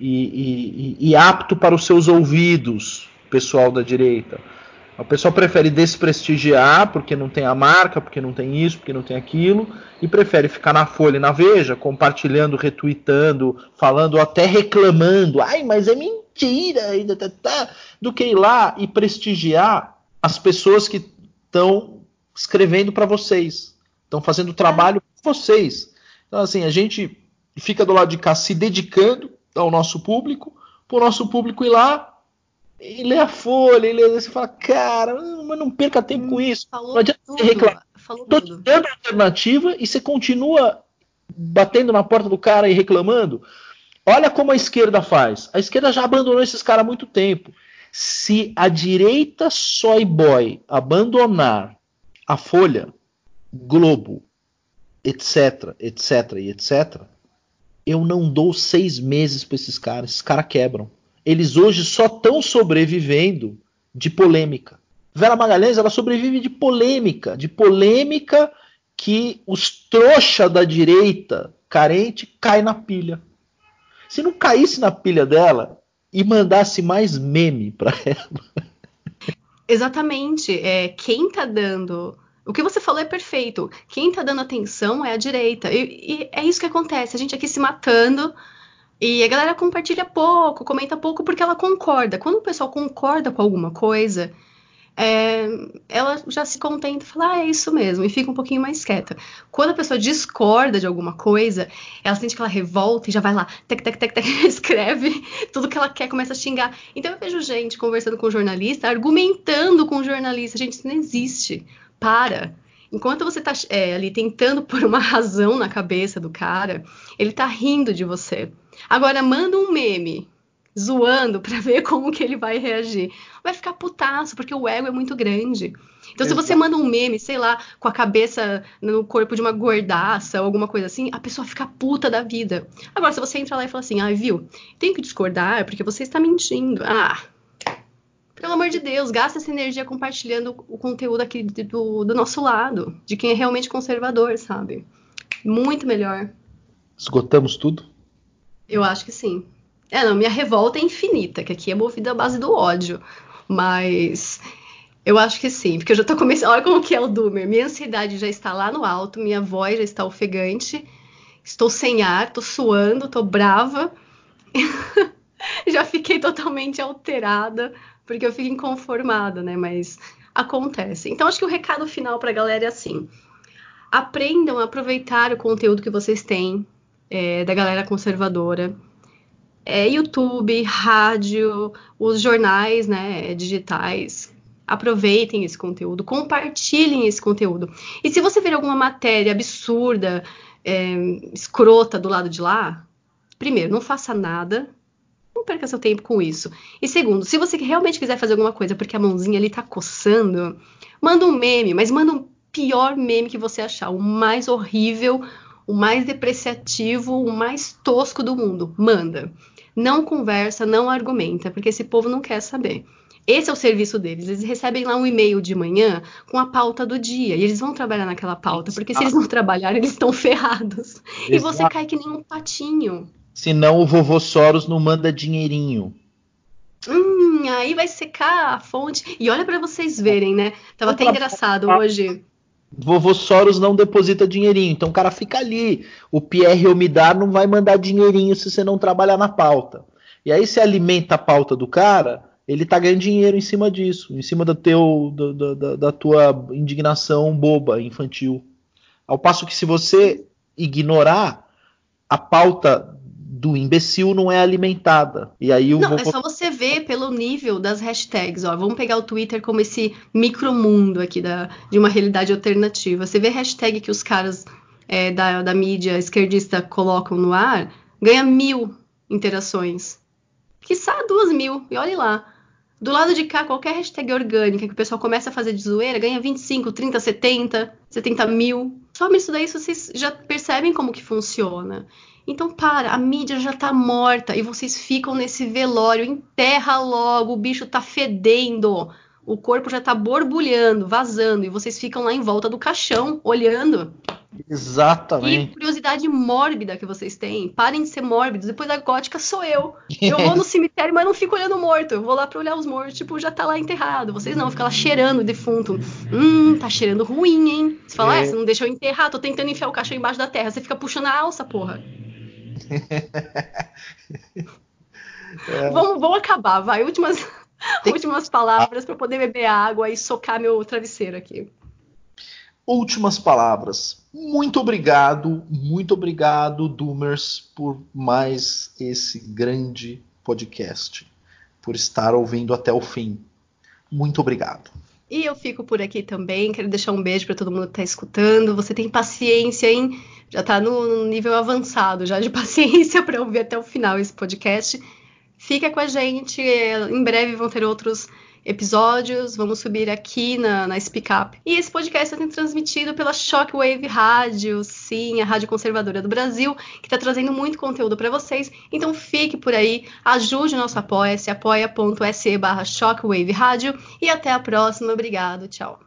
e apto para os seus ouvidos, pessoal da direita. O pessoal prefere desprestigiar porque não tem a marca, porque não tem isso, porque não tem aquilo, e prefere ficar na Folha e na Veja, compartilhando, retweetando, falando, até reclamando, ai, mas é mentira, do que ir lá e prestigiar as pessoas que estão escrevendo para vocês, estão fazendo o trabalho para vocês. Então, assim, a gente fica do lado de cá se dedicando ao nosso público, para o nosso público ir lá e lê a Folha, e você fala, cara, mas não perca tempo com isso. Falou Não adianta tudo, você reclamar. falou Estou te tudo. dando alternativa e você continua batendo na porta do cara e reclamando. Olha como a esquerda faz. A esquerda já abandonou esses caras há muito tempo. Se a direita soy boy abandonar a Folha, Globo, etc, etc e etc, eu não dou 6 meses para esses caras. Esses caras quebram. Eles hoje só estão sobrevivendo de polêmica. Vera Magalhães, ela sobrevive de polêmica que os trouxa da direita carente caem na pilha. Se não caísse na pilha dela e mandasse mais meme para ela. Exatamente. Quem tá dando. O que você falou é perfeito. Quem tá dando atenção é a direita. E é isso que acontece. A gente aqui se matando. E a galera compartilha pouco, comenta pouco porque ela concorda. Quando o pessoal concorda com alguma coisa, ela já se contenta e fala, é isso mesmo, e fica um pouquinho mais quieta. Quando a pessoa discorda de alguma coisa, ela sente aquela revolta e já vai lá, escreve tudo que ela quer, começa a xingar. Então eu vejo gente conversando com jornalista, argumentando com jornalista. Gente, isso não existe. Para. Enquanto você tá ali tentando pôr uma razão na cabeça do cara, ele tá rindo de você. Agora, manda um meme zoando pra ver como que ele vai reagir. Vai ficar putaço, porque o ego é muito grande. Então, se você manda um meme, sei lá, com a cabeça no corpo de uma gordaça ou alguma coisa assim, a pessoa fica puta da vida. Agora, se você entra lá e fala assim, viu, tem que discordar porque você está mentindo. Pelo amor de Deus, gasta essa energia compartilhando o conteúdo aqui do nosso lado, de quem é realmente conservador, sabe? Muito melhor. Esgotamos tudo? Eu acho que sim. Não, minha revolta é infinita, que aqui é movida à base do ódio. Mas eu acho que sim, porque eu já tô começando. Olha como que é o Doomer. Minha ansiedade já está lá no alto, minha voz já está ofegante, estou sem ar, tô suando, tô brava. Já fiquei totalmente alterada, porque eu fico inconformada, né? Mas acontece. Então acho que o recado final pra galera é assim: aprendam a aproveitar o conteúdo que vocês têm da galera conservadora. YouTube, rádio, os jornais, né, digitais. Aproveitem esse conteúdo, compartilhem esse conteúdo. E se você ver alguma matéria absurda, escrota do lado de lá, primeiro, não faça nada, não perca seu tempo com isso. E segundo, se você realmente quiser fazer alguma coisa porque a mãozinha ali tá coçando, manda um meme, mas manda um pior meme que você achar, o mais horrível, o mais depreciativo, o mais tosco do mundo. Manda. Não conversa, não argumenta, porque esse povo não quer saber. Esse é o serviço deles. Eles recebem lá um e-mail de manhã com a pauta do dia. E eles vão trabalhar naquela pauta, porque se eles não trabalharem, eles estão ferrados. E você cai que nem um patinho. Senão o vovô Soros não manda dinheirinho. Aí vai secar a fonte. E olha pra vocês verem, né? Tava até engraçado hoje. Vovô Soros não deposita dinheirinho, então o cara fica ali. O Pierre Omidar não vai mandar dinheirinho se você não trabalhar na pauta. E aí você alimenta a pauta do cara, ele tá ganhando dinheiro em cima disso, em cima da tua indignação boba, infantil. Ao passo que se você ignorar, a pauta do imbecil não é alimentada. E aí Não, é só você ver pelo nível das hashtags. Ó, vamos pegar o Twitter como esse micromundo aqui de uma realidade alternativa. Você vê hashtag que os caras da mídia esquerdista colocam no ar, ganha 1000 interações. Quiçá 2000, e olhe lá. Do lado de cá, qualquer hashtag orgânica que o pessoal começa a fazer de zoeira ganha 25, 30, 70 mil. Só isso daí vocês já percebem como que funciona. Então a mídia já tá morta e vocês ficam nesse velório, enterra logo, o bicho tá fedendo, o corpo já tá borbulhando, vazando, e vocês ficam lá em volta do caixão, olhando. Que Exatamente. curiosidade mórbida que vocês têm. Parem de ser mórbidos. Depois da gótica sou eu. Eu vou no cemitério, mas não fico olhando morto. Eu vou lá pra olhar os mortos. Tipo, já tá lá enterrado. Vocês não, ficam lá cheirando o defunto. Tá cheirando ruim, hein? Você fala, você não deixa eu enterrar, tô tentando enfiar o caixão embaixo da terra. Você fica puxando a alça, porra. Vamos acabar, vai. Últimas palavras pra eu poder beber água e socar meu travesseiro aqui. Últimas palavras. Muito obrigado, Doomers, por mais esse grande podcast, por estar ouvindo até o fim. Muito obrigado. E eu fico por aqui também. Quero deixar um beijo para todo mundo que tá escutando. Você tem paciência, hein? Já tá no nível avançado já de paciência para ouvir até o final esse podcast. Fica com a gente. Em breve vão ter outros episódios. Vamos subir aqui na Speak Up. E esse podcast está sendo transmitido pela Shockwave Rádio, sim, a rádio conservadora do Brasil, que está trazendo muito conteúdo para vocês. Então fique por aí, ajude o nosso apoia-se, apoia.se/Shockwave Rádio. E até a próxima. Obrigado. Tchau.